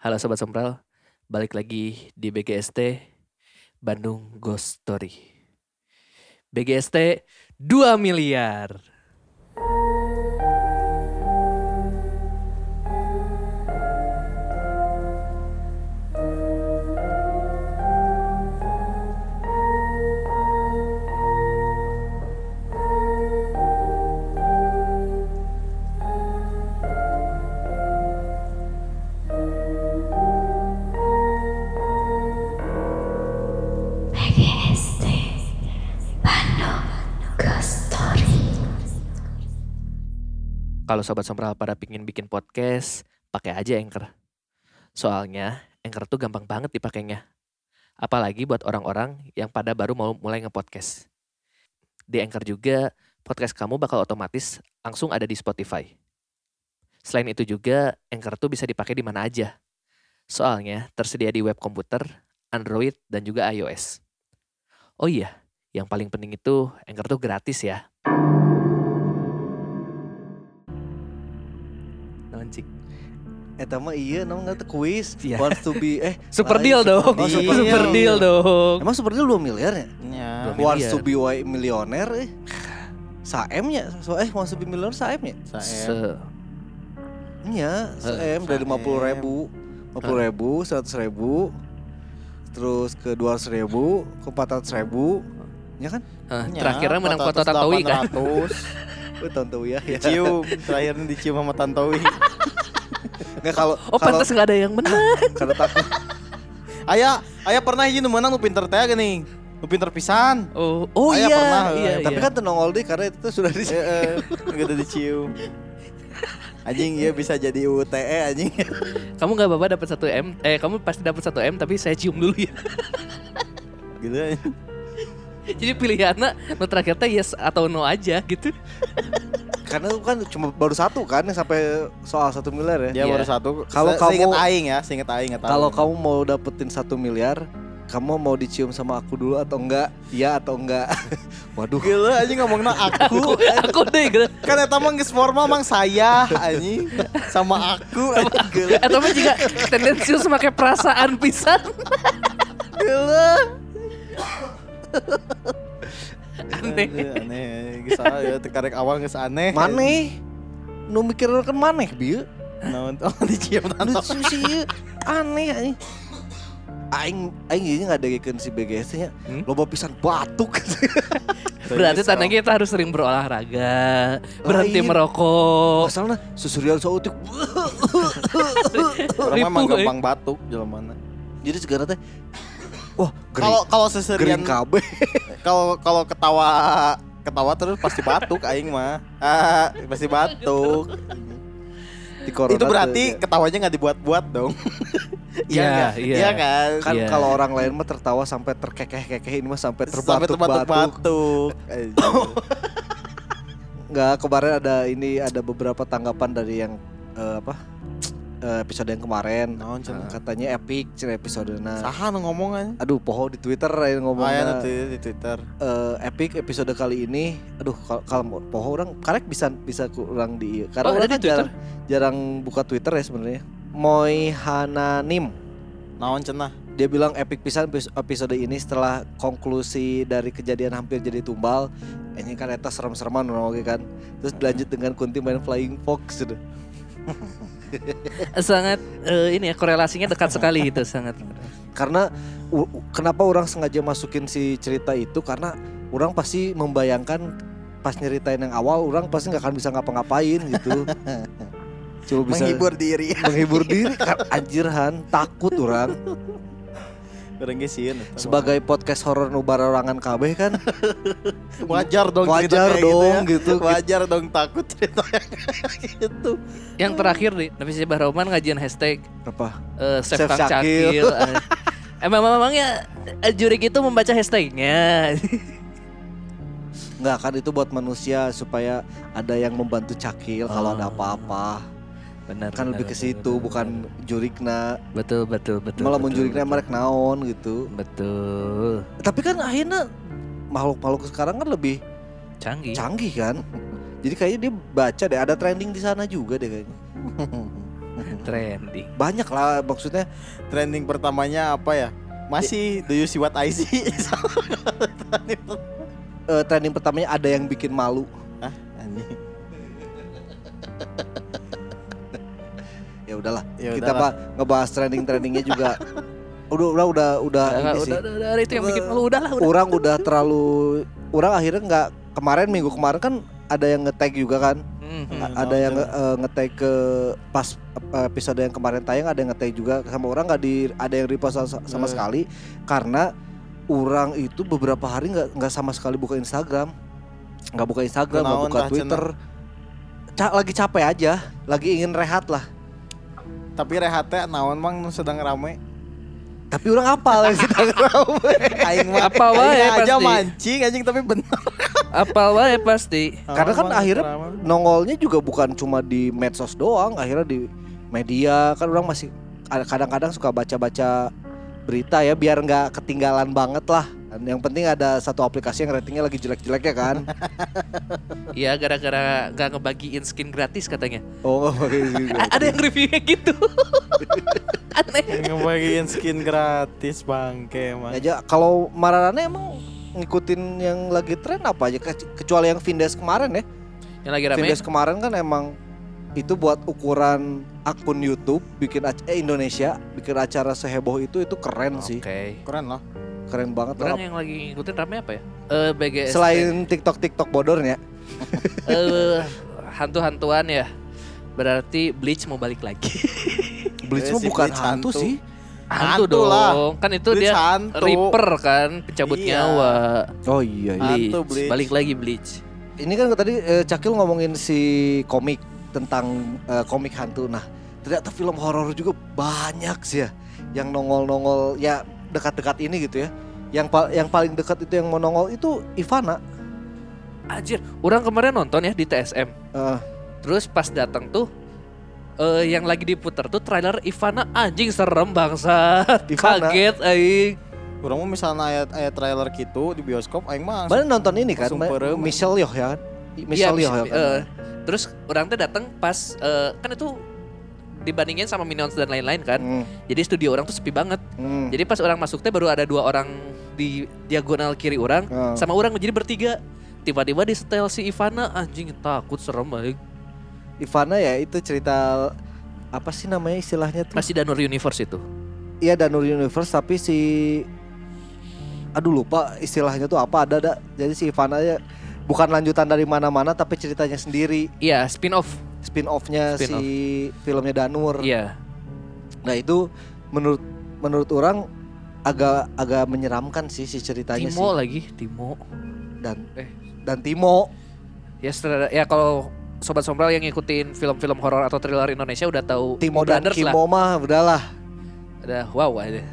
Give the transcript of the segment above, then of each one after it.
Halo Sobat Sempral, balik lagi di BGST Bandung Ghost Story. BGST 2 miliar. Kalau Sobat Sempral pada pingin bikin podcast, pakai aja Anchor. Soalnya Anchor tuh gampang banget dipakainya. Apalagi buat orang-orang yang pada baru mau mulai nge-podcast. Di Anchor juga, podcast kamu bakal otomatis langsung ada di Spotify. Selain itu juga, Anchor tuh bisa dipakai di mana aja. Soalnya tersedia di web komputer, Android, dan juga iOS. Oh iya, yang paling penting itu Anchor tuh gratis ya. Nancik. Eta mah iya namanya tuh kuis. Iya. Wants to be Super lain, deal dong. Oh, super Super deal dong. Emang super deal 2 miliar ya? Ya. Wants to be millionaire Saem nya. Wants to be millionaire saem nya? Se- Iya, saem dari 50.000, 100.000, terus ke 200.000, ke 400.000, ya kan? Terakhirnya menang foto Tantowi kan. 800. Tantowi ya. Dicium, terakhirnya dicium sama Tantowi. Nggak kalau Pantas nggak ada yang menang. kalau takut Ayah pernah hiji nu menang nu pinter teh geuning. Nu pinter pisan. Oh Aya iya, pernah, iya. tapi kan tenongol deh karena itu sudah di Gitu dicium. Anjing iya bisa jadi UTE anjing. Kamu nggak apa-apa dapat 1 M. Kamu pasti dapat 1 M tapi saya cium dulu ya. Gitu aja. Jadi pilihannya no terakhir teh yes atau no aja gitu. karena itu kan cuma baru satu kan yang sampai soal 1 miliar ya. Dia Iya. baru satu. Kalau kamu- seinget aing ya, seinget aing enggak tahu. Kalau kamu mau dapetin 1 miliar, kamu mau dicium sama aku dulu atau enggak? Iya atau enggak? Waduh. gila anjing ngomongna aku. Aku deh gitu. Kan eta mah geus formal mang saya anjing sama aku anjing gila. Atau mah juga tendensius make perasaan pisan. Gila. Aneh. Aneh, geus ya tekarek awal geus aneh. Maneh? Nu mikir kan maneh bieu. Naon oh dicium Nu Tantowi. sih aneh anjing. Aing ieu ngadegikeun si BGS nya. Loba pisan batuk. Berarti tandanya kita harus sering berolahraga, berhenti Lain. merokok. Masalahnya susurian sautik. Orang memang Ripuh, gampang batuk jelemana. Jadi segala teh wah, Kalau seserian gering kabeh. kalau ketawa terus pasti batuk aing mah. Pasti batuk. Di corona Itu berarti tuh, ketawanya enggak dibuat-buat dong. Iya, iya. Iya kan? kan Iya. kalau orang lain mah tertawa sampai terkekeh-kekeh, ini mah sampai Sampai terbatuk-batuk. terbatuk-batuk. Enggak, kemarin ada beberapa tanggapan dari yang episode yang kemarin. Naon cenah? Katanya epic cenah episodena. Saha nu ngomongan? Aduh, poho di Twitter yang Aya ngomongnya di Twitter. epic episode kali ini. Aduh, kalau poho orang karek bisa kurang di karena Oh, ada orang di kan Twitter? jarang buka Twitter ya sebenarnya. Moy Hananim. Naon cenah? Dia bilang epic pisan episode ini setelah konklusi dari kejadian hampir jadi tumbal. Ini kan eta serem-sereman oke kan. Terus dilanjut dengan Kunti main Flying Fox gitu. Sangat ini ya korelasinya dekat sekali gitu sangat. Karena kenapa orang sengaja masukin si cerita itu karena orang pasti membayangkan pas nyeritain yang awal orang pasti nggak akan bisa ngapa-ngapain gitu. Cuma bisa Menghibur diri. menghibur diri kan anjir Han, takut orang. Orang ge sieun. Sebagai podcast horor nu barerangan kabeh kan wajar dong wajar cerita kayak dong gitu, gitu. ya. Wajar dong takut cerita kayak gitu. Yang terakhir nih, Nabi Syibah Roman ngajian hashtag Apa? Save Save Kang Cakil. Cakil. Emangnya juri itu membaca hashtagnya. Enggak kan itu buat manusia supaya ada yang membantu Cakil kalau ada apa-apa. Benar. Kan lebih ke situ bukan jurikna. Betul. Malah menjurikna merek naon gitu. Betul. Tapi kan akhirnya makhluk-makhluk sekarang kan lebih Canggih. canggih kan. Jadi kayaknya dia baca deh ada trending di sana juga deh kayaknya. Trending. Banyak lah maksudnya. Trending pertamanya apa ya? Masih Do You See What I See? Trending pertamanya ada yang bikin malu. Hah? Anjing. Ya udahlah. Ya Kita udahlah. ngebahas trendingnya juga. Udah ini sih. Udah itu yang bikin malu udah. Orang udah terlalu. Orang akhirnya nggak, minggu kemarin kan ada yang nge-tag juga kan. Ada yang nge-tag ke pas episode yang kemarin tayang, ada yang nge-tag juga sama orang, ada yang repost sama sekali karena orang itu beberapa hari nggak sama sekali buka Instagram, nggak buka Twitter. Lagi capek aja, lagi ingin rehat lah. Tapi rehatnya naon mang sedang rame. Tapi orang apal yang sedang rame. Aing mah Apal wae aing aja pasti. mancing anjing tapi bener. Apal wae pasti. Karena kan akhirnya nongolnya juga bukan cuma di medsos doang, akhirnya di media kan orang masih kadang-kadang suka baca-baca berita ya biar nggak ketinggalan banget lah. Dan yang penting ada satu aplikasi yang ratingnya lagi jelek-jeleknya kan. Iya, gara-gara gak ngebagiin skin gratis katanya. Oh, juga. Ada yang reviewnya gitu. Aneh. ngebagiin skin gratis bangke mah. Aja kalau Mararane emang ngikutin yang lagi tren apa aja kecuali yang Vindes kemarin ya. Yang lagi rame. Vindes kemarin kan emang itu buat ukuran akun YouTube bikin Indonesia bikin acara seheboh itu keren sih. Oke. Keren loh. Keren banget Orang lah. yang lagi ngikutin rame apa ya? BGS. Selain TikTok bodornya. Hantu-hantuan ya. Berarti Bleach mau balik lagi. Bleach mah Si bukan Bleach hantu hantu. sih. Hantu Hantu lah. dong. Kan itu Bleach dia hantu. Reaper kan, pencabut Iya. nyawa. Oh iya. Hantu Bleach. Balik lagi Bleach. Ini kan tadi Cakil ngomongin si komik tentang komik hantu. Nah, ternyata film horor juga banyak sih ya yang nongol ya dekat-dekat ini gitu ya. Yang paling dekat itu yang mau nongol itu Ivana. Anjir, orang kemarin nonton ya di TSM. Terus pas datang tuh yang lagi diputar tuh trailer Ivana, anjing serem bangsat. Ivana. Kaget aing. Urang mah misalnya ayat trailer gitu di bioskop aing mah Mana nonton ini kan? langsung perem. Michelle Yeoh ya kan? Iya, Michelle Yeoh ya kan? Terus orang tuh datang pas kan itu dibandingin sama Minions dan lain-lain kan. Jadi studio orang tuh sepi banget. Jadi pas orang masuk teh baru ada 2 orang di diagonal kiri orang sama orang, jadi bertiga. Tiba-tiba di setel si Ivana, anjing takut serem aing. Ivana ya itu cerita apa sih namanya istilahnya tuh? Masih Danur Universe itu. Iya Danur Universe tapi si aduh lupa istilahnya tuh apa ada. Jadi si Ivana ya bukan lanjutan dari mana-mana tapi ceritanya sendiri. Iya, spin-off. Spin-off-nya si filmnya Danur. Iya. Nah itu menurut orang agak menyeramkan sih si ceritanya Timo sih. lagi, Timo. Dan Timo. Ya kalau sobat sombral yang ngikutin film-film horor atau thriller Indonesia udah tahu Timo dan Brothers Kimo mah udahlah. Ada wow ada.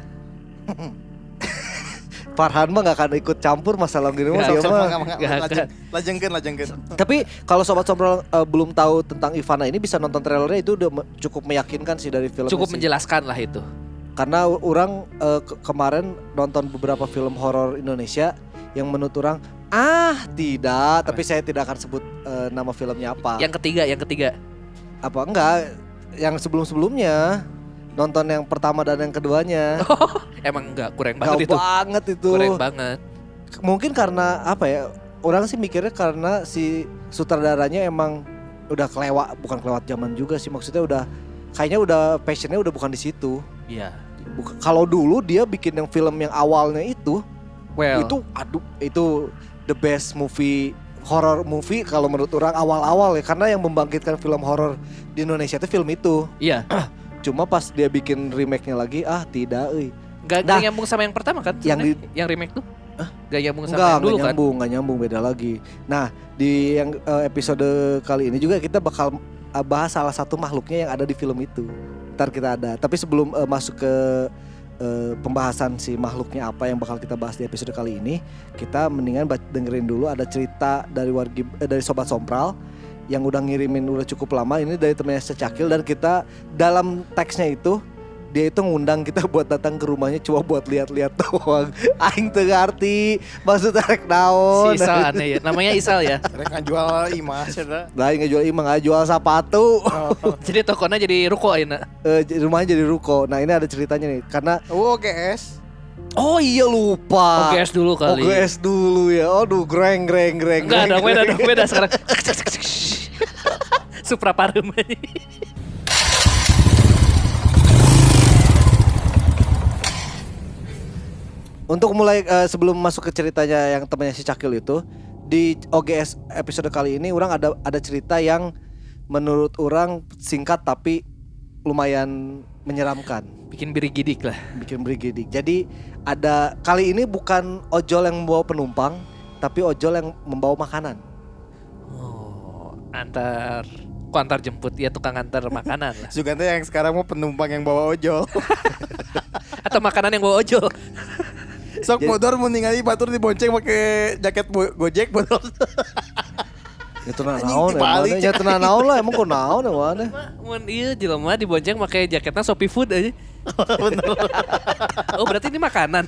Farhan mah gak akan ikut campur masalah gini mah dia mah. Lajengkeun. Tapi kalau sobat sombral belum tahu tentang Ivana ini bisa nonton trailernya itu udah cukup meyakinkan sih dari filmnya. Cukup sih. menjelaskan lah itu. Karena orang kemarin nonton beberapa film horor Indonesia yang menurut orang tidak, tapi saya tidak akan sebut nama filmnya apa. Yang ketiga. Apa enggak? Yang sebelum-sebelumnya nonton yang pertama dan yang keduanya. Emang enggak kurang Gak banget itu. banget itu. Kurang banget. Mungkin karena apa ya? Orang sih mikirnya karena si sutradaranya emang udah bukan kelewat zaman juga sih, maksudnya kayaknya udah passionnya udah bukan di situ. Iya. Kalau dulu dia bikin yang film yang awalnya itu itu the best movie horror movie kalau menurut orang awal-awal ya, karena yang membangkitkan film horor di Indonesia itu film itu. Iya. Cuma pas dia bikin remake-nya lagi tidak euy. Gak nyambung sama yang pertama kan? Yang remake tuh? Gak nyambung sama yang dulu kan? Enggak nyambung, beda lagi. Nah, di yang episode kali ini juga kita bakal bahas salah satu makhluknya yang ada di film itu. Ntar kita ada. Tapi sebelum masuk ke pembahasan si makhluknya apa yang bakal kita bahas di episode kali ini, kita mendingan dengerin dulu ada cerita dari dari Sobat Sompral yang udah ngirimin udah cukup lama. Ini dari temennya Secakil, dan kita dalam teksnya itu dia itu ngundang kita buat datang ke rumahnya cuma buat lihat-lihat doang. Aing teu ngarti maksudnya rek naon. Si Isal aneh ya. Namanya Isal ya. Mereka jual imah cenah. Lah aing jual imah jual sepatu. Jadi tokonya jadi ruko ayeuna. Rumahnya jadi ruko. Nah ini ada ceritanya nih karena OGS. oh iya lupa. OGS dulu kali. OGS dulu ya. Aduh greng. Enggak dong, beda sekarang. Supra Parum. Untuk mulai sebelum masuk ke ceritanya yang temannya si Cakil itu, di OGS episode kali ini orang ada cerita yang menurut orang singkat tapi lumayan menyeramkan, Bikin birigidik lah. bikin brigidik. Jadi ada kali ini bukan ojol yang membawa penumpang, tapi ojol yang membawa makanan. Oh, antar jemput ya, tukang antar makanan lah. Sugante yang sekarang mau penumpang yang bawa ojol. Atau makanan yang bawa ojol. Sok bodor mau ningali batur dibonceng pakai jaket Gojek bodor. Itu naon Anjing, dibalik. emang itu naon lah emang kok naon emang. Mun ieu jelema dibonceng make jaketnya Shopee Food aja. Bener. Oh, berarti ini makanan.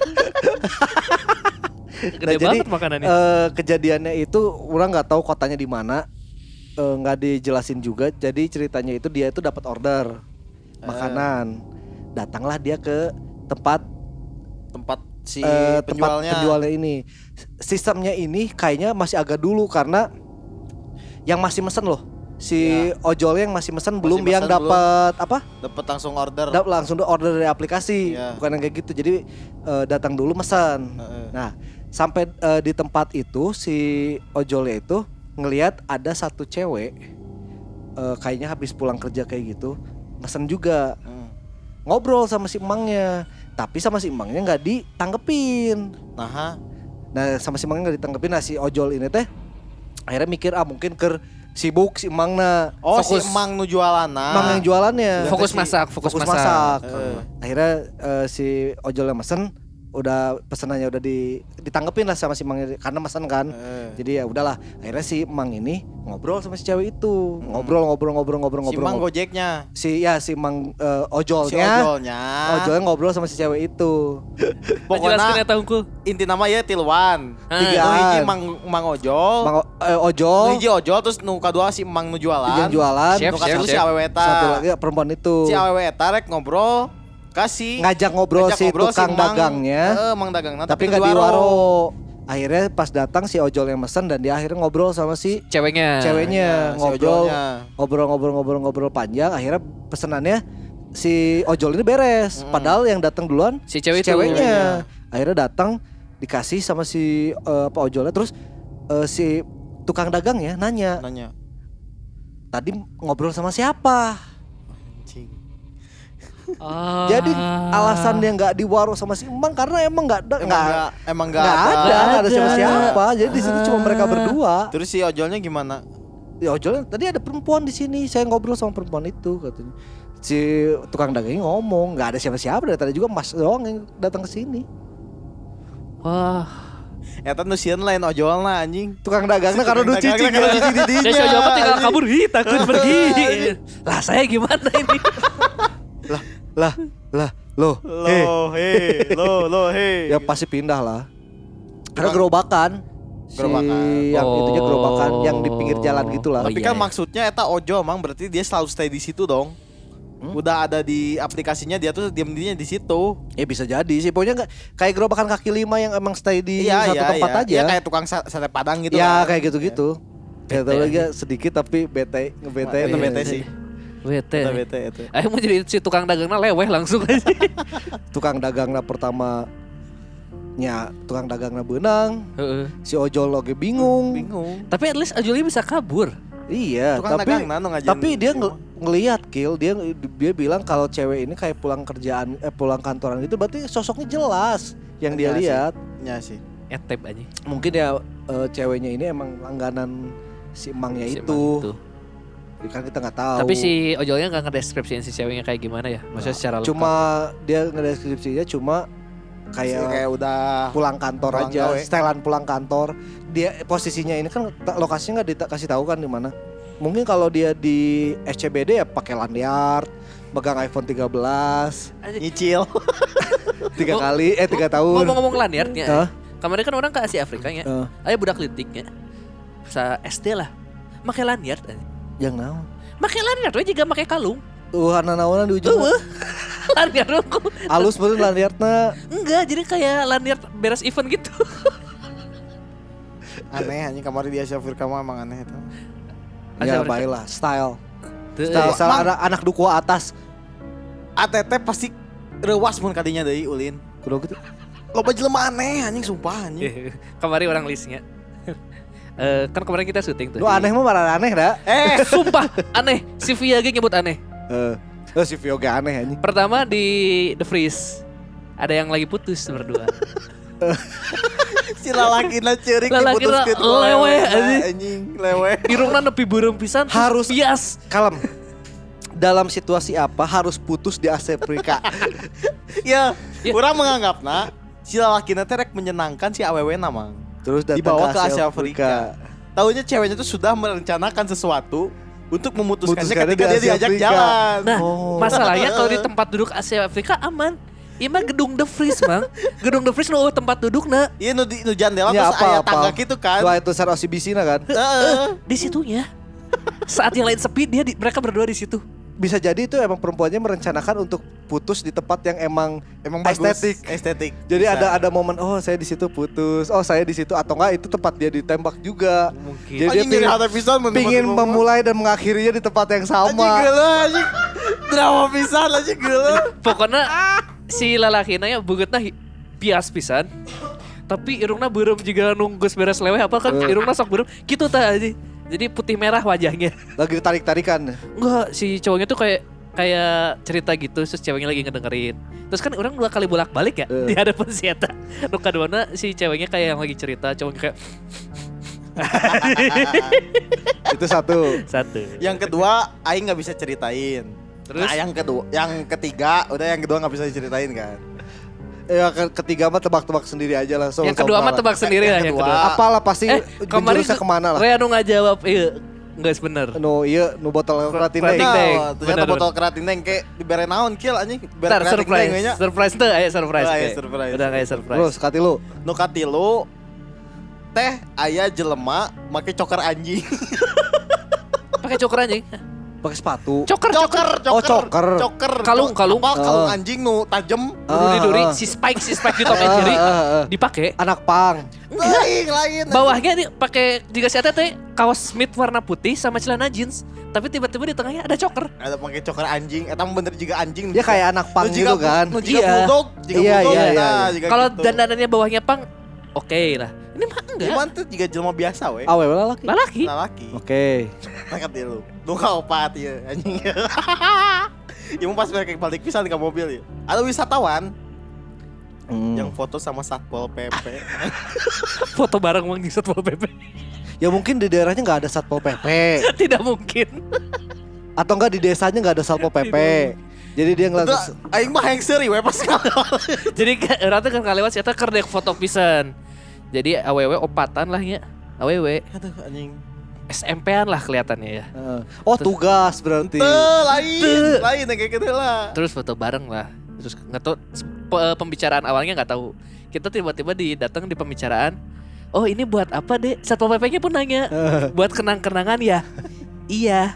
Gede Nah, jadi banget makanannya. kejadiannya itu orang nggak tahu kotanya di mana, nggak dijelasin juga. Jadi ceritanya itu dia itu dapat order makanan, datanglah dia ke tempat Si tempat penjualnya ini. Sistemnya ini kayaknya masih agak dulu karena yang masih mesen loh. Si ojolnya yang masih mesen belum yang dapat apa? Dapat langsung order. Langsung order dari aplikasi, Iya. bukan yang kayak gitu. Jadi datang dulu mesen. Nah, sampai di tempat itu si ojolnya itu ngelihat ada satu cewek kayaknya habis pulang kerja kayak gitu, mesen juga. Ngobrol sama si emangnya, tapi sama si emangnya nggak ditanggepin. Nah, sama si emangnya nggak ditanggepin. Nah si ojol ini teh akhirnya mikir mikir sibuk si emangna. oh Fokus, si emang nu jualan. emang yang jualannya. Fokus masak. Akhirnya si ojol yang mesen udah pesenannya udah ditanggepin lah sama si emangnya karena mesen kan. Jadi ya udahlah. Akhirnya si emang ini ngobrol sama si cewek itu, ngobrol. Si emang Gojeknya. Si emang ojolnya. Si ojolnya. Ojolnya ngobrol sama si cewek itu. Pokoknya Pokoknya inti nama ya tiluan. Nu hiji mang ojol. Ojol. Nu hiji ojol terus nu kadua si emang nu jualan. Yang jualan. Chef, Nu kasatu si chef. awewe eta. Satu lagi perempuan itu. Si awewe eta rek ngobrol ngajak ngobrol si tukang dagangnya. Mang dagangna tapi nggak di waro. Akhirnya pas datang si ojol yang mesen dan dia akhirnya ngobrol sama si ceweknya. si ngobrol panjang. Akhirnya pesenannya si ojol ini beres. Padahal yang datang duluan Si cewek itu. ceweknya. Akhirnya datang dikasih sama si ojolnya. Terus si tukang dagangnya nanya. Tadi ngobrol sama siapa? Ah. Jadi alasan dia nggak diwaro sama si emang karena emang nggak ada siapa. Jadi di situ cuma mereka berdua. Terus si ojolnya gimana? Ya ojolnya tadi ada perempuan di sini. Saya ngobrol sama perempuan itu katanya. Si tukang dagangnya ngomong nggak ada siapa-siapa. Dari tadi juga Mas doang yang datang ke sini. Wah. Eta nu sieun lain ojolna anjing. Tukang dagangnya karena udah cicing di didinya. Saya si ojol tinggal kabur, takut pergi. Lah saya gimana ini? Loh, hei. ya pasti pindah lah. Karena gerobakan. Yang itunya gerobakan yang di pinggir jalan gitulah. Tapi kan maksudnya eta ojol mang berarti dia selalu stay di situ dong. Udah ada di aplikasinya dia tuh diam-diamnya di situ. Ya bisa jadi sih. Pokoknya kayak gerobakan kaki lima yang emang stay di satu tempat aja. Iya kayak tukang sate Padang gitu. Ya kan. kayak gitu-gitu. Kayak tahu lagi sedikit tapi ngebete Itu bete sih. Bete. Itu. Ayo mau jadi si tukang dagangnya leweh langsung aja. Tukang dagangna pertama tukang dagangna beunang. Si ojol oge bingung. Tapi at least ojolnya bisa kabur. Iya, Tukang dagangna nu ngajen. tapi dia ngelihat dia bilang kalau cewek ini kayak pulang kantoran gitu berarti sosoknya jelas yang dia lihat. Ya sih. Etep aja. Mungkin ya ceweknya ini emang langganan si emangnya itu. Kan kita nggak tahu. Tapi si ojolnya nggak ngedeskripsiin si ceweknya kayak gimana ya? Maksudnya secara lengkap. Cuma dia ngedeskripsinya kayak udah pulang kantor aja, setelan pulang kantor. Dia posisinya ini kan lokasinya nggak dikasih tahu kan di mana. Mungkin kalau dia di SCBD ya pakai lanyard, megang iPhone 13 Nyicil. 3 tahun. Ngomong-ngomong lanyardnya. Hah? Kemarin kan orang ke Asia Afrika ya. Aya budak leutiknya. Sa SD lah. Make lanyard. Yang naon? Make lanyard we juga make kalung. Naon di ujung. Lanyard aku. Alus bener lanyardna. Enggak, jadi kayak lanyard beres event gitu. Aneh anjing kemarin di Asia Afrika mah emang aneh itu. Ya Asia Afrika. baiklah, style Teu, anak duku atas. ATT pasti rewas mun kadinya deui ulin. Kudu gitu. Loba jelema aneh anjing sumpah anjing. Kemarin orang listnya. Kan kemarin kita syuting tuh. Lu aneh mah malah aneh dah. Sumpah aneh. Si Via ge nyebut aneh. Si Vio ge aneh anjing. Pertama di The Freeze ada yang lagi putus berdua. Si lalakina ceurik Lalakina diputuskeun lewe, anjing lewe. Irungna nepi beureum pisan terus Harus bias. kalem. Dalam situasi apa harus putus di Asia Afrika? Ya, Ya. urang menganggapna si lalakina teh rek menyenangkan si awewena mang. Terus datang Dibawa ke Asia Afrika. Taunya ceweknya tuh sudah merencanakan sesuatu untuk memutuskannya Memutuskannya ketika di dia Asia diajak Afrika. jalan. Nah, Oh. masalahnya kalau di tempat duduk Asia Afrika aman. Iya mah gedung The Freeze, Mang. Gedung The Freeze nu tempat dudukna. Iya nu jandela Ya, terus aya tangga gitu kan. Wah itu ser OCBC kan. Heeh. Di situnya. Saat yang lain sepi mereka berdua di situ. Bisa jadi itu emang perempuannya merencanakan untuk putus di tempat yang emang bagus. estetik. Jadi Jadi ada momen saya di situ putus, saya di situ atau enggak itu tempat dia ditembak juga. Mungkin. Jadi anjing dia nyeri hati pisan pingin memulai dan mengakhirinya di tempat yang anjing sama. geuleuh anjing. Drama pisan anjing geuleuh. Pokoknya si lalakina ya bugetna bias pisan. Tapi irungna beureum juga nunggus beres leweh apa kan irungna sok beureum kitu tah aja. Jadi putih merah wajahnya. Lagi ditarik-tarikan. Enggak, si cowoknya tuh kayak cerita gitu, terus ceweknya lagi ngedengerin. Terus kan orang 2 kali bolak-balik ya di hadapan si Eta. Nu kaduana si ceweknya kayak yang lagi cerita, cowoknya kayak Itu satu. Yang kedua aing enggak bisa ceritain. Terus? Nah, yang ketiga udah yang kedua enggak bisa diceritain kan. Ya ketiga mah tebak-tebak sendiri aja lah. yang kedua mah tebak sendiri lah yang kedua. kedua. Apalah pasti Kemarin menjurusnya kemana lah. Rea nu ngajawab, iya, enggak bener. Nu botol keratin Keratin deng. deng. Ternyata Bener. botol keratin deng kayak dibere naon kill anjing. Dibere Ntar keratin deng we nya. surprise tuh, ayo surprise. Oh, ayo Kayak. surprise. Udah kayak surprise. Terus katilu. Nu katilu teh aya jelema make coker anjing. Pakai coker anjing. Pakai sepatu. Coker. Oh, coker. Kalung. Apa kalung anjing nu tajem. Duri-duri si Spike di Tom and Jerry dipakai. Anak pang. Lain. Bawahnya nih pakai jika si Ate teh kaos Smith warna putih sama celana jeans. Tapi tiba-tiba di tengahnya ada coker. Ada pakai coker anjing, eta mah bener juga anjing. Dia kayak anak pang gitu kan. Nu juga Iya. bulldog, juga Iya, bulldog. iya, iya. Nah, juga Kalau gitu. dandanannya bawahnya pang, oke lah. Ini mah enggak. Iman tuh juga jelema biasa we. Awewe laki. Lelaki. Laki. Oke. Angkat dia lu. Nu kaopat ya anjing. Ibu pas mereka balik pisan ke mobil ya. Ada wisatawan yang foto sama Satpol PP. Foto bareng Mang di Satpol PP. Ya mungkin di daerahnya nggak ada satpol pp. Tidak mungkin. Atau enggak di desanya nggak ada satpol pp. Jadi dia ngeliat. Itu aing mah hengseuri we pas Jadi rata kan kalewat si Eta keur dek foto pisan. Jadi awewe opatan lah ya. Awewe Aduh anjing. SMP-an lah kelihatannya ya. Oh tugas berarti. Lain kayak gitu lah. Terus foto bareng lah. Terus nggak tahu pembicaraan awalnya nggak tahu. Kita tiba-tiba datang di pembicaraan. Oh ini buat apa deh? Satpol PP-nya pun nanya. Buat kenang-kenangan ya. Iya.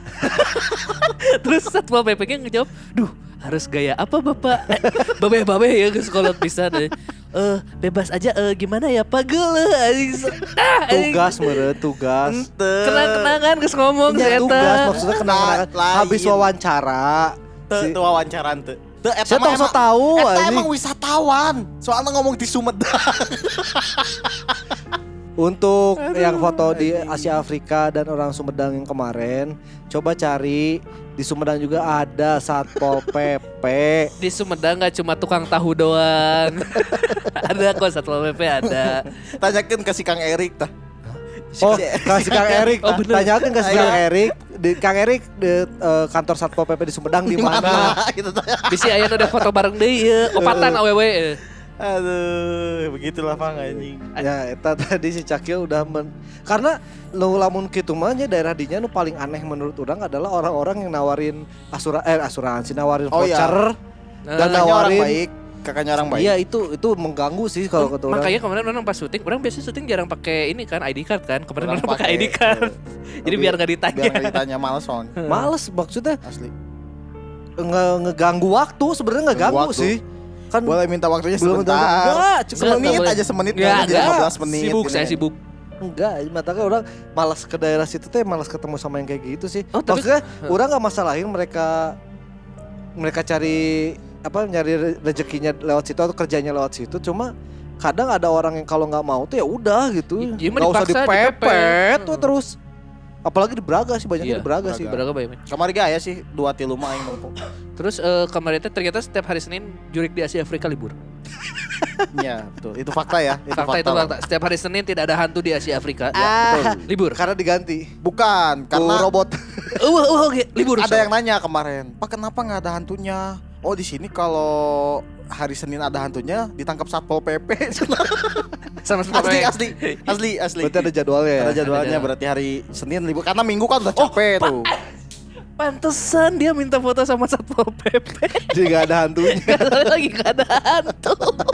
Terus Satpol PP-nya ngejawab, duh harus gaya apa bapak? Babeh ya ke sekolah pisan. Bebas aja gimana ya Pak Tugas meureun tugas. Kenang-kenangan geus ngomong Ya, si tugas Eta. maksudnya kenang-kenangan. Lain. Habis wawancara. Teu wawancaran teu. Teu eta Saya tong so tahu Eta anjing. emang wisatawan. Soalnya ngomong di Sumedang. Untuk yang foto di Asia Afrika dan orang Sumedang yang kemarin, coba cari di Sumedang juga ada Satpol PP. Di Sumedang gak cuma tukang tahu doang. Ada kok Satpol PP ada. Tanyakeun ke si Kang Erik tah. Oh, kasih Kang Erik. Oh, bener. Tanyakan ke si Kang Erik. Kang Erik di kantor Satpol PP di Sumedang di mana? Gitu tanya. Bisi aya udah foto bareng deui opatan awewe. Aduh, begitulah Pang anjing. Ya eta tadi si Cakil udah karena nu lamun kitu mah nya daerah dinya nu paling aneh menurut orang adalah orang-orang yang nawarin asuransi, nawarin voucher dan Kakaknya orang nawarin baik, kakaknya orang baik. Iya itu mengganggu sih kalau kata orang. Makanya kemarin orang pas syuting, orang biasanya syuting jarang pakai ini kan ID card kan. Kemarin Orang orang pakai ID card. Jadi biar nggak ditanya. Biar nggak ditanya males soalnya. Males maksudnya Asli. ngeganggu waktu sebenarnya ngeganggu Ganggu waktu. sih. Kan Boleh minta waktunya belum sebentar. enggak, Semenit aja semenit Enggak, jadi 15 menit. Sibuk, gini. saya sibuk. enggak, makanya orang malas ke daerah situ teh malas ketemu sama yang kayak gitu sih. Oh, tapi- Maksudnya orang nggak masalahin mereka cari nyari rezekinya lewat situ atau kerjanya lewat situ, cuma kadang ada orang yang kalau nggak mau tuh ya udah gitu, Iya, mah nggak usah dipaksa, dipepet tuh dipepet. terus. Apalagi di Braga sih banyaknya Iya, di Braga sih. Berapa banyak? Kamari gaya sih 2-3 mah aing numpuk. Terus kemarin itu ternyata setiap hari Senin jurik di Asia Afrika libur. Iya, betul. Itu fakta ya. Fakta itu fakta. Setiap hari Senin tidak ada hantu di Asia Afrika. Betul. Libur. Karena diganti Bukan, karena karena robot. Oke, libur. ada yang nanya kemarin, "Pak, kenapa nggak ada hantunya?" Oh, di sini kalau hari Senin ada hantunya ditangkap Satpol PP. sama asli. Berarti ada jadwalnya ya. Ada jadwalnya, Ada. berarti hari Senin libur karena Minggu kan udah capek tuh. Pantesan dia minta foto sama Satpol PP. Jadi gak ada hantunya. Lagi gak ada hantu.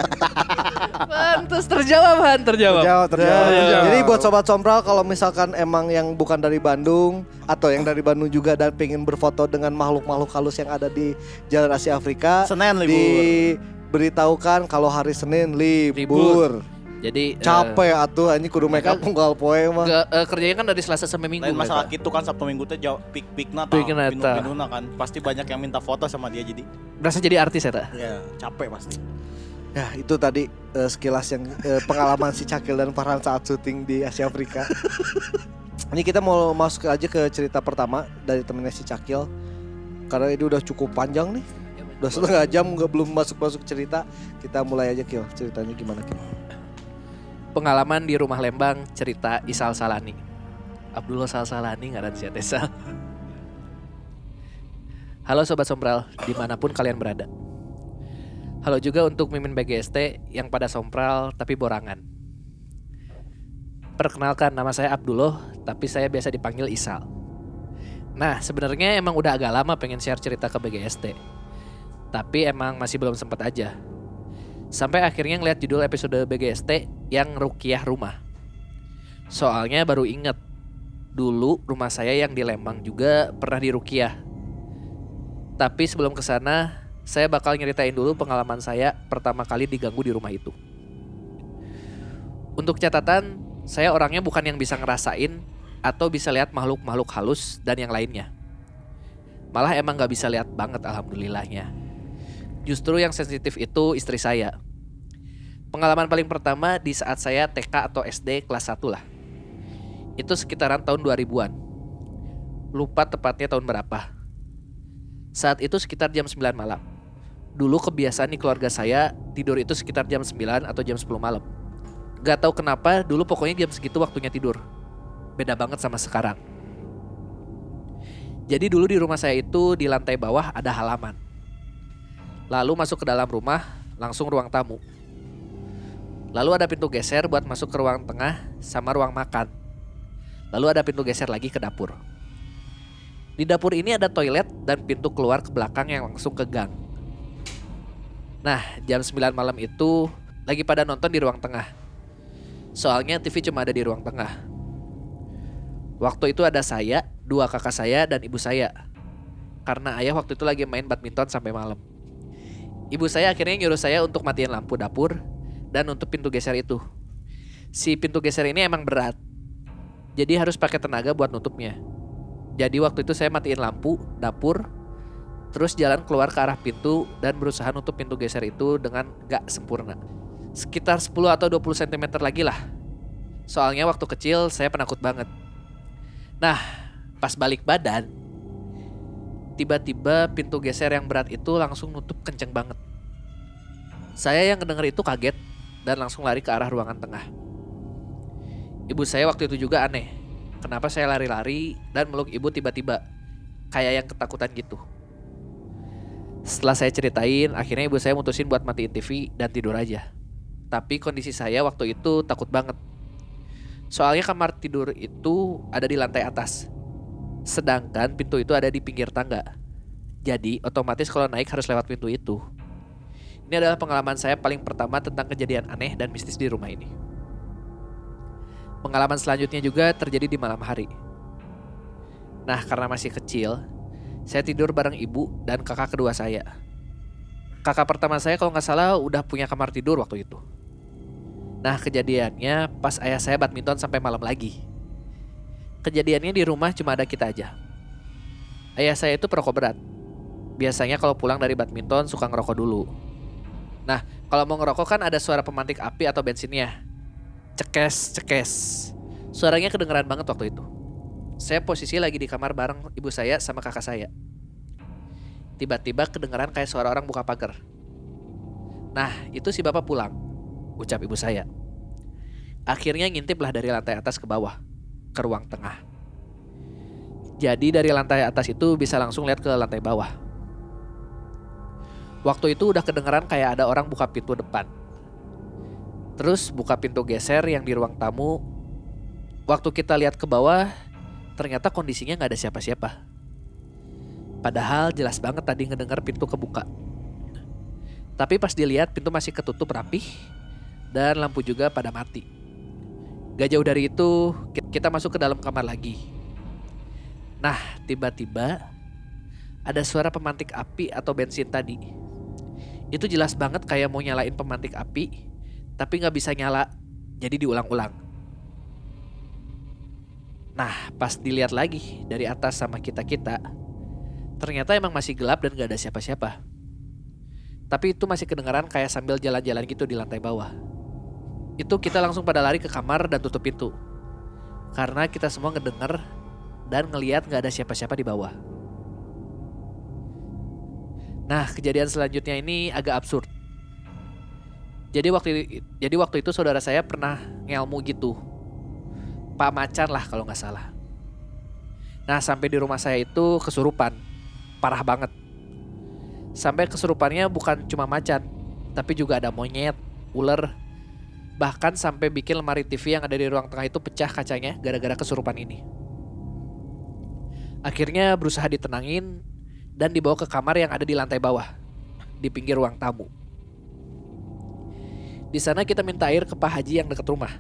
Pantes terjawab. Terjawab. Jadi buat sobat sompral kalau misalkan emang yang bukan dari Bandung atau yang dari Bandung juga dan pengen berfoto dengan makhluk-makhluk halus yang ada di Jalan Asia Afrika, Senin libur. diberitahukan kalau hari Senin libur. Jadi Capek atuh anjing kudu make up unggal poe mah. kerjanya kan dari Selasa sampai Minggu. Lain masalah mereka. gitu kan Sabtu Minggu teh pik-pikna Pikna ta. pinuna kan. Pasti banyak yang minta foto sama dia jadi Berasa jadi artis ya, tak? ya capek pasti. Ya itu tadi sekilas yang pengalaman si Cakil dan Farhan saat syuting di Asia Afrika. Ini kita mau masuk aja ke cerita pertama dari temennya si Cakil. Karena ini udah cukup panjang nih. Udah setengah jam belum masuk cerita. Kita mulai aja Kil, ceritanya gimana Kil? Pengalaman di rumah Lembang, cerita Isal Salani. Abdullah Salani ngaran sia Tesa. Halo Sobat Sompral, dimanapun kalian berada. Halo juga untuk Mimin BGST yang pada sompral tapi borangan. Perkenalkan, nama saya Abdullah, tapi saya biasa dipanggil Isal. Nah, sebenarnya emang udah agak lama pengen share cerita ke BGST. Tapi emang masih belum sempat aja. Sampai akhirnya ngeliat judul episode BGST yang Rukiah Rumah. Soalnya baru inget, dulu rumah saya yang di Lembang juga pernah dirukiah. Tapi sebelum kesana, saya bakal nyeritain dulu pengalaman saya pertama kali diganggu di rumah itu. Untuk catatan, saya orangnya bukan yang bisa ngerasain atau bisa lihat makhluk-makhluk halus dan yang lainnya. Malah emang gak bisa lihat banget alhamdulillahnya. Justru yang sensitif itu istri saya. Pengalaman paling pertama di saat saya TK atau SD kelas 1 lah. Itu sekitaran tahun 2000-an. Lupa tepatnya tahun berapa. Saat itu sekitar jam 9 malam. Dulu kebiasaan di keluarga saya tidur itu sekitar jam 9 atau jam 10 malam. Gak tahu kenapa dulu pokoknya jam segitu waktunya tidur. Beda banget sama sekarang. Jadi dulu di rumah saya itu di lantai bawah ada halaman. Lalu masuk ke dalam rumah, langsung ruang tamu. Lalu ada pintu geser buat masuk ke ruang tengah sama ruang makan. Lalu ada pintu geser lagi ke dapur. Di dapur ini ada toilet dan pintu keluar ke belakang yang langsung ke gang. Nah, jam 9 malam itu lagi pada nonton di ruang tengah. Soalnya TV cuma ada di ruang tengah. Waktu itu ada saya, 2 kakak saya dan ibu saya. Karena ayah waktu itu lagi main badminton sampai malam. Ibu saya akhirnya nyuruh saya untuk matiin lampu dapur dan untuk pintu geser itu. Si pintu geser ini emang berat. Jadi harus pakai tenaga buat nutupnya. Jadi waktu itu saya matiin lampu dapur, terus jalan keluar ke arah pintu dan berusaha nutup pintu geser itu dengan gak sempurna. Sekitar 10 atau 20 cm lagi lah. Soalnya waktu kecil saya penakut banget. Nah, pas balik badan, tiba-tiba pintu geser yang berat itu langsung nutup kenceng banget. Saya yang kedenger itu kaget dan langsung lari ke arah ruangan tengah. Ibu saya waktu itu juga aneh. Kenapa saya lari-lari dan meluk ibu tiba-tiba. Kayak yang ketakutan gitu. Setelah saya ceritain, akhirnya ibu saya mutusin buat matiin TV dan tidur aja. Tapi kondisi saya waktu itu takut banget. Soalnya kamar tidur itu ada di lantai atas. Sedangkan pintu itu ada di pinggir tangga. Jadi otomatis kalau naik harus lewat pintu itu. Ini adalah pengalaman saya paling pertama tentang kejadian aneh dan mistis di rumah ini. Pengalaman selanjutnya juga terjadi di malam hari. Nah, karena masih kecil, saya tidur bareng ibu dan kakak kedua saya. Kakak pertama saya kalau nggak salah udah punya kamar tidur waktu itu. Nah, kejadiannya pas ayah saya badminton sampai malam lagi. Kejadiannya di rumah cuma ada kita aja. Ayah saya itu perokok berat. Biasanya kalau pulang dari badminton suka ngerokok dulu. Nah, kalau mau ngerokok kan ada suara pemantik api atau bensinnya. Cekes, cekes. Suaranya kedengeran banget waktu itu. Saya posisi lagi di kamar bareng ibu saya sama kakak saya. Tiba-tiba kedengeran kayak suara orang buka pagar. Nah, itu si bapak pulang, ucap ibu saya. Akhirnya ngintip lah dari lantai atas ke bawah, ke ruang tengah. Jadi dari lantai atas itu bisa langsung lihat ke lantai bawah. Waktu itu udah kedengeran kayak ada orang buka pintu depan. Terus buka pintu geser yang di ruang tamu. Waktu kita lihat ke bawah, ternyata kondisinya gak ada siapa-siapa. Padahal jelas banget tadi ngedengar pintu kebuka. Tapi pas dilihat pintu masih ketutup rapih dan lampu juga pada mati. Gak jauh dari itu kita masuk ke dalam kamar lagi. Nah, tiba-tiba ada suara pemantik api atau bensin tadi. Itu jelas banget kayak mau nyalain pemantik api, tapi gak bisa nyala, jadi diulang-ulang. Nah, pas dilihat lagi dari atas sama kita-kita, ternyata emang masih gelap dan gak ada siapa-siapa. Tapi itu masih kedengaran kayak sambil jalan-jalan gitu di lantai bawah. Itu kita langsung pada lari ke kamar dan tutup pintu. Karena kita semua ngedenger dan ngelihat gak ada siapa-siapa di bawah. Nah, kejadian selanjutnya ini agak absurd. Jadi waktu itu saudara saya pernah ngelmu gitu. Pak Macan lah kalau gak salah. Nah, sampai di rumah saya itu kesurupan. Parah banget. Sampai kesurupannya bukan cuma macan, tapi juga ada monyet, ular. Bahkan sampai bikin lemari TV yang ada di ruang tengah itu pecah kacanya gara-gara kesurupan ini. Akhirnya berusaha ditenangin dan dibawa ke kamar yang ada di lantai bawah, di pinggir ruang tamu. Di sana kita minta air ke Pak Haji yang dekat rumah.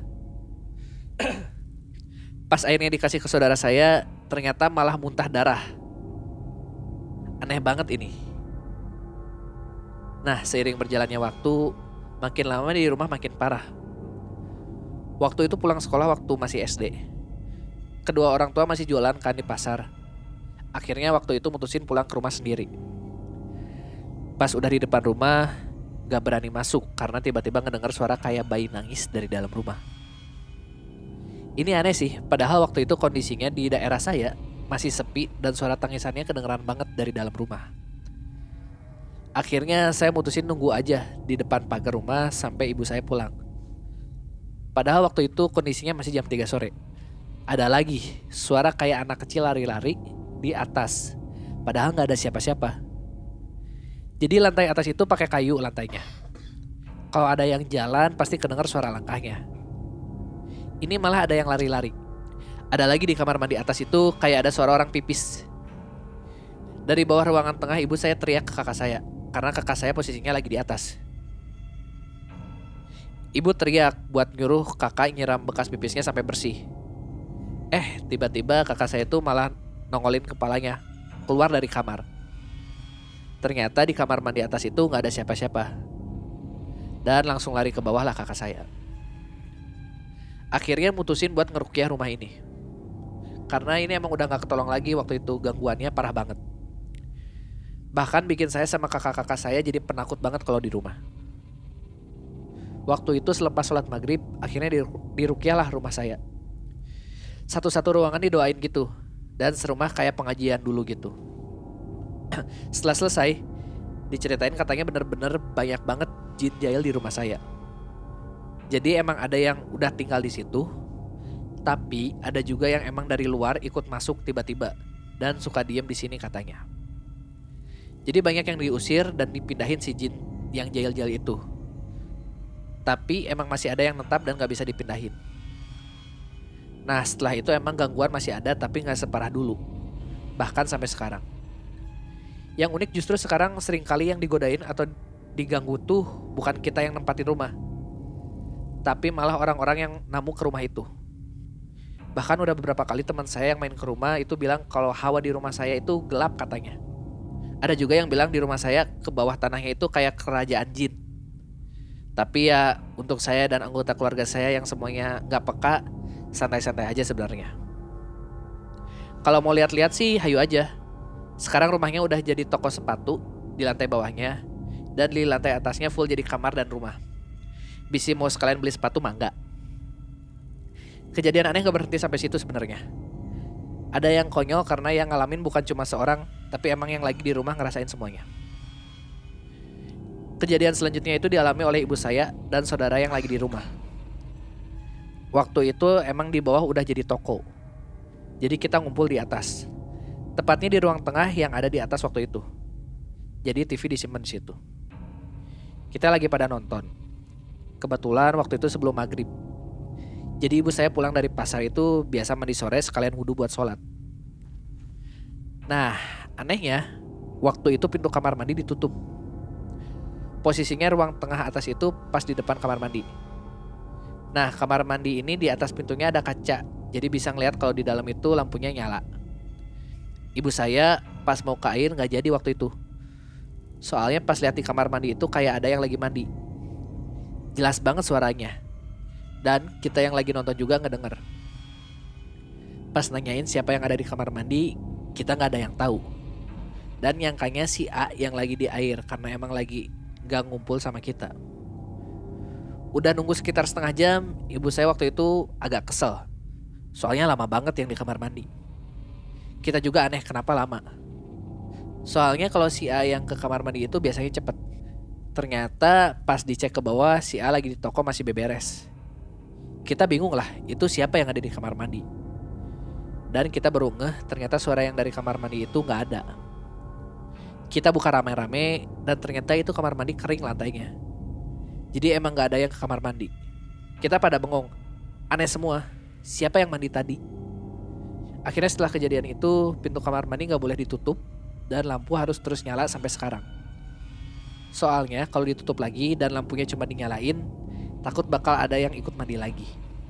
Pas airnya dikasih ke saudara saya, ternyata malah muntah darah. Aneh banget ini. Nah, seiring berjalannya waktu, makin lama di rumah makin parah. Waktu itu pulang sekolah waktu masih SD. Kedua orang tua masih jualan kan di pasar. Akhirnya waktu itu mutusin pulang ke rumah sendiri. Pas udah di depan rumah, gak berani masuk karena tiba-tiba ngedengar suara kayak bayi nangis dari dalam rumah. Ini aneh sih, padahal waktu itu kondisinya di daerah saya masih sepi dan suara tangisannya kedengeran banget dari dalam rumah. Akhirnya saya mutusin nunggu aja di depan pagar rumah sampai ibu saya pulang. Padahal waktu itu kondisinya masih jam 3 sore. Ada lagi suara kayak anak kecil lari-lari di atas, padahal gak ada siapa-siapa. Jadi lantai atas itu pakai kayu lantainya. Kalau ada yang jalan pasti kedengar suara langkahnya. Ini malah ada yang lari-lari. Ada lagi di kamar mandi atas itu kayak ada suara orang pipis. Dari bawah ruangan tengah ibu saya teriak ke kakak saya, karena kakak saya posisinya lagi di atas. Ibu teriak buat nyuruh kakak nyiram bekas pipisnya sampai bersih. Tiba-tiba kakak saya itu malah nongolin kepalanya keluar dari kamar. Ternyata di kamar mandi atas itu gak ada siapa-siapa. Dan langsung lari ke bawah lah kakak saya. Akhirnya mutusin buat ngerukyah rumah ini. Karena ini emang udah gak ketolong lagi waktu itu, gangguannya parah banget. Bahkan bikin saya sama kakak-kakak saya jadi penakut banget kalau di rumah. Waktu itu selepas sholat maghrib, akhirnya dirukyah lah rumah saya. Satu-satu ruangan didoain gitu. Dan serumah kayak pengajian dulu gitu. Setelah selesai, diceritain katanya bener-bener banyak banget jin jahil di rumah saya. Jadi emang ada yang udah tinggal di situ, tapi ada juga yang emang dari luar ikut masuk tiba-tiba dan suka diem di sini katanya. Jadi banyak yang diusir dan dipindahin si jin yang jahil-jahil itu. Tapi emang masih ada yang tetap dan gak bisa dipindahin. Nah setelah itu emang gangguan masih ada tapi gak separah dulu. Bahkan sampai sekarang. Yang unik justru sekarang seringkali yang digodain atau diganggu tuh bukan kita yang nempatin rumah, tapi malah orang-orang yang namu ke rumah itu. Bahkan udah beberapa kali teman saya yang main ke rumah itu bilang kalau hawa di rumah saya itu gelap katanya. Ada juga yang bilang di rumah saya ke bawah tanahnya itu kayak kerajaan jin. Tapi ya untuk saya dan anggota keluarga saya yang semuanya gak peka, santai-santai aja sebenarnya. Kalau mau lihat-lihat sih hayu aja. Sekarang rumahnya udah jadi toko sepatu di lantai bawahnya, dan di lantai atasnya full jadi kamar dan rumah. Bisa mau sekalian beli sepatu mah enggak. Kejadian aneh gak berhenti sampai situ sebenarnya. Ada yang konyol karena yang ngalamin bukan cuma seorang, tapi emang yang lagi di rumah ngerasain semuanya. Kejadian selanjutnya itu dialami oleh ibu saya dan saudara yang lagi di rumah. Waktu itu emang di bawah udah jadi toko. Jadi kita ngumpul di atas. Tepatnya di ruang tengah yang ada di atas waktu itu. Jadi TV disimpan di situ. Kita lagi pada nonton. Kebetulan waktu itu sebelum maghrib. Jadi ibu saya pulang dari pasar itu biasa mandi sore sekalian wudhu buat sholat. Nah, anehnya waktu itu pintu kamar mandi ditutup. Posisinya ruang tengah atas itu pas di depan kamar mandi. Nah, kamar mandi ini di atas pintunya ada kaca, jadi bisa ngeliat kalau di dalam itu lampunya nyala. Ibu saya pas mau ke air gak jadi waktu itu. Soalnya pas lihat di kamar mandi itu kayak ada yang lagi mandi. Jelas banget suaranya. Dan kita yang lagi nonton juga ngedenger. Pas nanyain siapa yang ada di kamar mandi, kita gak ada yang tahu. Dan nyangkanya si A yang lagi di air karena emang lagi gak ngumpul sama kita. Udah nunggu sekitar setengah jam, ibu saya waktu itu agak kesel. Soalnya lama banget yang di kamar mandi. Kita juga aneh kenapa lama. Soalnya kalau si A yang ke kamar mandi itu biasanya cepet. Ternyata pas dicek ke bawah si A lagi di toko masih beberes. Kita bingung lah itu siapa yang ada di kamar mandi. Dan kita baru ngeh ternyata suara yang dari kamar mandi itu gak ada. Kita buka rame-rame dan ternyata itu kamar mandi kering lantainya. Jadi emang gak ada yang ke kamar mandi. Kita pada bengong. Aneh semua. Siapa yang mandi tadi? Akhirnya setelah kejadian itu pintu kamar mandi gak boleh ditutup dan lampu harus terus nyala sampai sekarang. Soalnya kalau ditutup lagi dan lampunya cuma dinyalain, takut bakal ada yang ikut mandi lagi.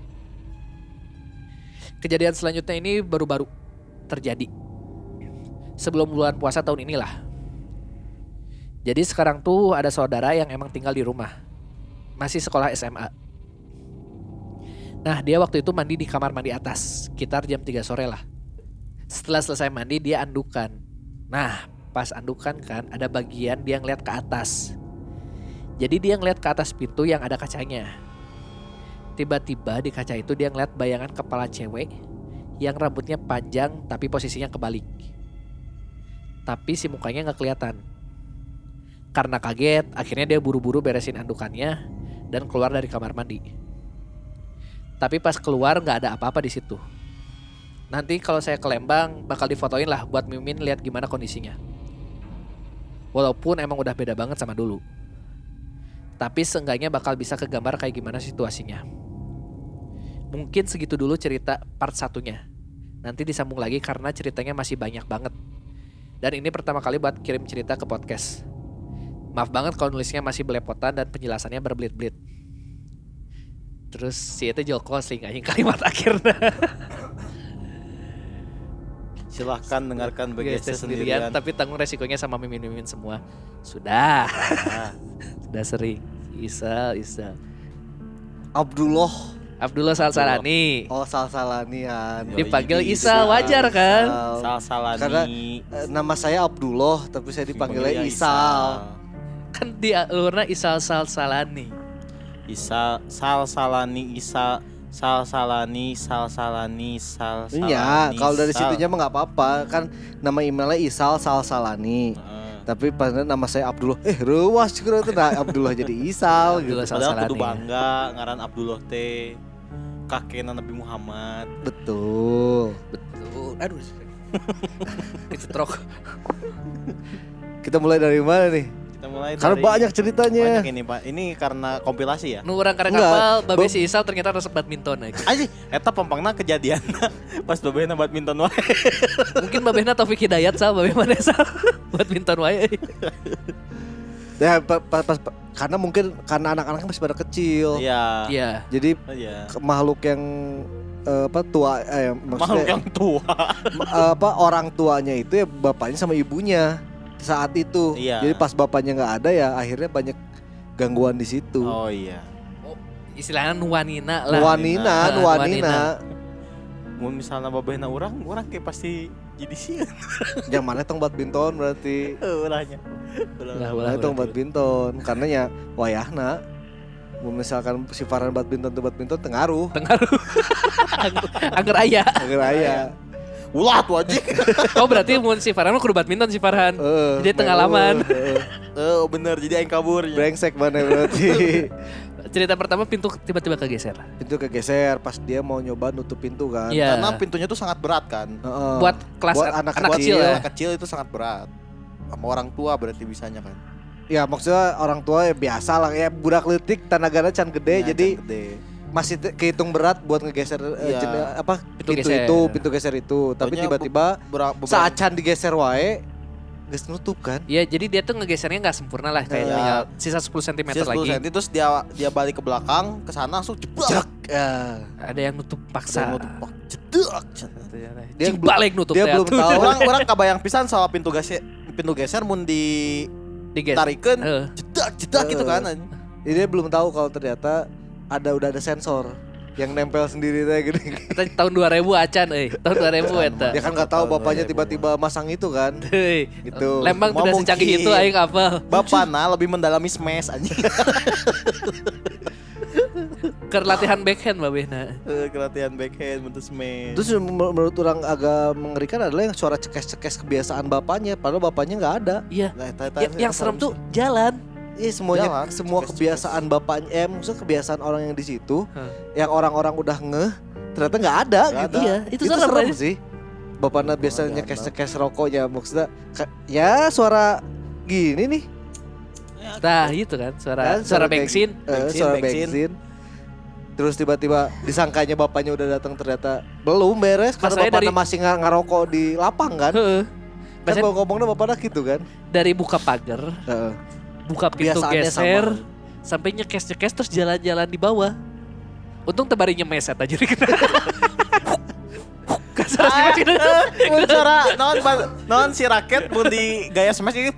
Kejadian selanjutnya ini baru-baru terjadi. Sebelum bulan puasa tahun inilah. Jadi sekarang tuh ada saudara yang emang tinggal di rumah. Masih sekolah SMA. Nah dia waktu itu mandi di kamar mandi atas. Sekitar jam 3 sore lah. Setelah selesai mandi dia andukan. Nah pas andukan kan ada bagian dia ngeliat ke atas. Jadi dia ngeliat ke atas pintu yang ada kacanya. Tiba-tiba di kaca itu dia ngeliat bayangan kepala cewek yang rambutnya panjang tapi posisinya kebalik. Tapi si mukanya gak kelihatan. Karena kaget, akhirnya dia buru-buru beresin andukannya dan keluar dari kamar mandi. Tapi pas keluar gak ada apa-apa di situ. Nanti kalau saya ke Lembang bakal difotoin lah buat Mimin lihat gimana kondisinya. Walaupun emang udah beda banget sama dulu. Tapi seenggaknya bakal bisa kegambar kayak gimana situasinya. Mungkin segitu dulu cerita part 1-nya. Nanti disambung lagi karena ceritanya masih banyak banget. Dan ini pertama kali buat kirim cerita ke podcast. Maaf banget kalau nulisnya masih belepotan dan penjelasannya berbelit-belit. Terus si itu Joko sing anjing kalimat akhirnya. Silahkan dengarkan BGC sendirian. Tapi tanggung resikonya sama mimin-mimin semua. Sudah. Sudah sering. Isa. Abdullah Salsalani. Oh Salsalanian. Dipanggil Isa wajar kan? Salsalani. Karena nama saya Abdullah tapi saya dipanggilnya Isal. Kan di luarnya Isal Salsalani. Salsalani. Iya, kalau dari situnya mah nggak apa-apa kan nama emailnya Isal Salsalani. Tapi pas nama saya Abdullah, ruas juga itu Abdullah jadi Isal gitu. Padahal kudu bangga ngaran Abdullah teh kakekna Nabi Muhammad. Betul. Aduh. Itu trok. Kita mulai dari mana nih? Kita mulai Karena dari banyak ceritanya. banyak ini Pak. Ini karena kompilasi ya. Nu urang karek Enggak. kapal babe si Isal ternyata resep badminton aja. Aji, eta pampangna kejadian pas babehna badminton wae. Mungkin babehna Taufik Hidayat sal babe mana sal badminton wae. Ya karena mungkin karena anak-anaknya masih pada kecil. Iya. Iya. Jadi Iya. makhluk yang tua Makhluk maksudnya yang tua. orang tuanya itu ya bapaknya sama ibunya saat itu. Iya. Jadi pas bapaknya nggak ada ya akhirnya banyak gangguan di situ. Oh iya. Oh, istilahnya nuanina lah. Nuanina. Mun misalnya babehna urang kayak pasti jadi sieun. Yang mana tong badminton berarti. Urangnya. Ulah. Itu badminton karena ya wayahna. Mun misalkan si Farhan badminton tengaruh. Angger aya. Agar aya. Ulah tuh aja. Oh berarti mun si Farhan mah kudu badminton si Farhan. Jadi tengalaman. Oh bener jadi aing kabur. Brengsek mana berarti. Cerita pertama pintu tiba-tiba kegeser. Pintu kegeser pas dia mau nyoba nutup pintu kan. Iya. Karena pintunya tuh sangat berat kan. Heeh. Buat kelas Buat anak anak kecil kecil. ya. Anak kecil itu sangat berat. Sama orang tua berarti bisanya kan. Ya maksudnya orang tua ya biasa lah ya budak leutik tanagana can gede Ya, jadi can gede. masih kehitung berat buat ngegeser Iya. pintu geser. itu pintu geser itu tapi Pokoknya tiba-tiba beberapa saat can digeser wae geus nutup kan. Iya, jadi dia tuh ngegesernya nggak sempurna lah kayak Iya. tinggal sisa 10 cm lagi. cm terus dia balik ke belakang ke sana langsung Jek. jeblak. Ada yang nutup paksa. Jedek. Dia Cing balik nutup dia teh belum atuh. tahu. Orang kabayang pisan soal pintu geser mun Digeser. ditarikeun Heeh. jedak gitu kan. Jadi dia belum tahu kalau ternyata udah ada sensor yang nempel sendiri teh gini. Eta tahun 2000 acan tahun 2000 eta. Dia kan nggak tahu bapaknya tiba-tiba masang itu kan. Heuy. Gitu. Lembang Mau tidak secanggih mungkin. itu aing apal. Bapakna lebih mendalami smash anjing. Keur latihan backhand babehna. Kelatihan backhand bentuk smash. Terus menurut orang agak mengerikan adalah yang suara cekes-cekes kebiasaan bapaknya padahal bapaknya nggak ada. Iya. Nah, Yang serem tuh jalan. Iya semuanya Jalan, semua cekes-cekes. kebiasaan bapaknya maksudnya kebiasaan orang yang di situ Hah. yang orang-orang udah ngeh ternyata nggak ada Nggak gitu. ada. Iya, itu serem aja. sih. Bapaknya biasanya ada. nyekes-nyekes rokoknya maksudnya ya suara gini nih. Nah, itu kan suara Kan, suara kayak bensin. suara bensin. bensin. Terus tiba-tiba disangkanya bapaknya udah datang ternyata belum beres karena Masalahnya bapaknya masih ngerokok di lapang kan. Heeh. Kan Biasanya bawa ngomongnya bapaknya gitu kan. dari buka pagar, Heeh. buka pintu Kebiasaannya geser, sama. sampai nyekes-nyekes terus jalan-jalan di bawah. Untung tebari nyemes eta jadi kena. Kasar sih gitu. Mun suara non si raket mun di gaya smash ini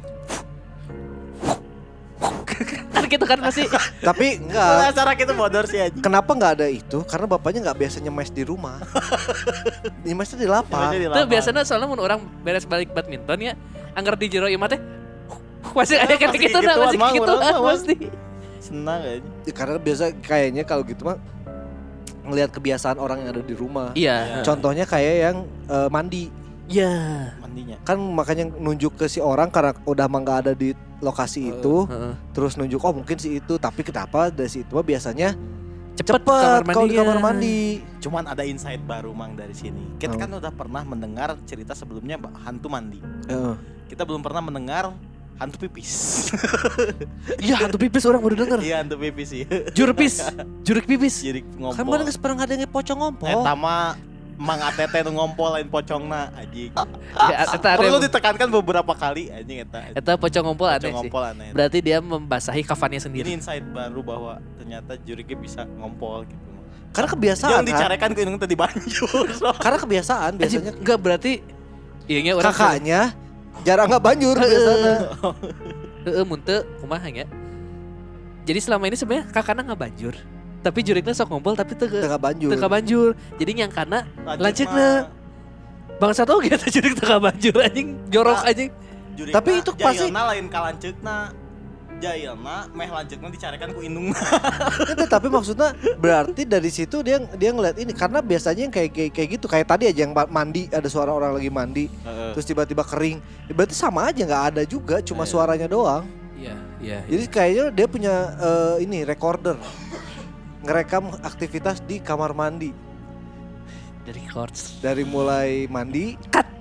Kan gitu kan masih. Tapi enggak. cara kita bodor sih anjing. Kenapa nggak ada itu? Karena bapaknya nggak biasa nyemes di rumah. Nyemesnya di lapang. Tuh biasanya soalnya mun orang beres balik badminton ya, anggar di jero imah teh masih ada kayak Masih gitu nah, gituan, masih Mang, gitu urang mah, pasti. senang aja. Karena biasa kayaknya kalau gitu mah ngelihat kebiasaan orang yang ada di rumah. Iya. Contohnya kayak yang mandi. Iya. Mandinya. Kan makanya nunjuk ke si orang karena udah mah nggak ada di lokasi itu. Heeh. Terus nunjuk oh mungkin si itu. Tapi kenapa dari si itu mah biasanya Cepet cepet kalau di mandinya. kamar mandi. Cuman ada insight baru Mang dari sini. Kita kan udah pernah mendengar cerita sebelumnya hantu mandi. Heeh. Kita belum pernah mendengar hantu pipis. Iya, hantu pipis orang baru denger. Iya hantu pipis sih. Juruk pipis. Jadi ngompol. Kan mana nggak pernah ada yang pocong ngompol. Etama Mang ATT nu ngompol lain pocongna anjing. Ya, eta ada Perlu yang- ditekankan beberapa kali anjing eta. Eta pocong ngompol aneh Pocong sih. ngompol aneh. Berarti dia membasahi kafannya Ini sendiri. insight baru bahwa ternyata jurignya bisa ngompol gitu. Karena kebiasaan Yang kan. dicarekan ke indung tadi banjur. Karena kebiasaan biasanya Enggak berarti iya orang kakaknya jarang nggak banjur biasanya. heeh mun teu kumaha nya. Jadi selama ini sebenarnya kakakna nggak banjur. Tapi jurikna sok ngompol tapi teu Nggak banjur. teu banjur. Jadi nyangkana lanjutna bangsa tau gitu jurik teu banjur anjing jorok Nah. anjing. Tapi itu pasti- jailna lain kalanceukna. Jailna meh lanceukna dicarekan ku indungna. Itu tapi maksudnya berarti dari situ dia ngeliat ini karena biasanya yang kayak gitu kayak tadi aja yang mandi ada suara orang lagi mandi terus tiba-tiba kering. Ya berarti sama aja nggak ada juga cuma Iya. suaranya doang. Iya, iya. Jadi kayaknya dia punya ini recorder ngerekam aktivitas di kamar mandi dari chords. dari mulai mandi Cut.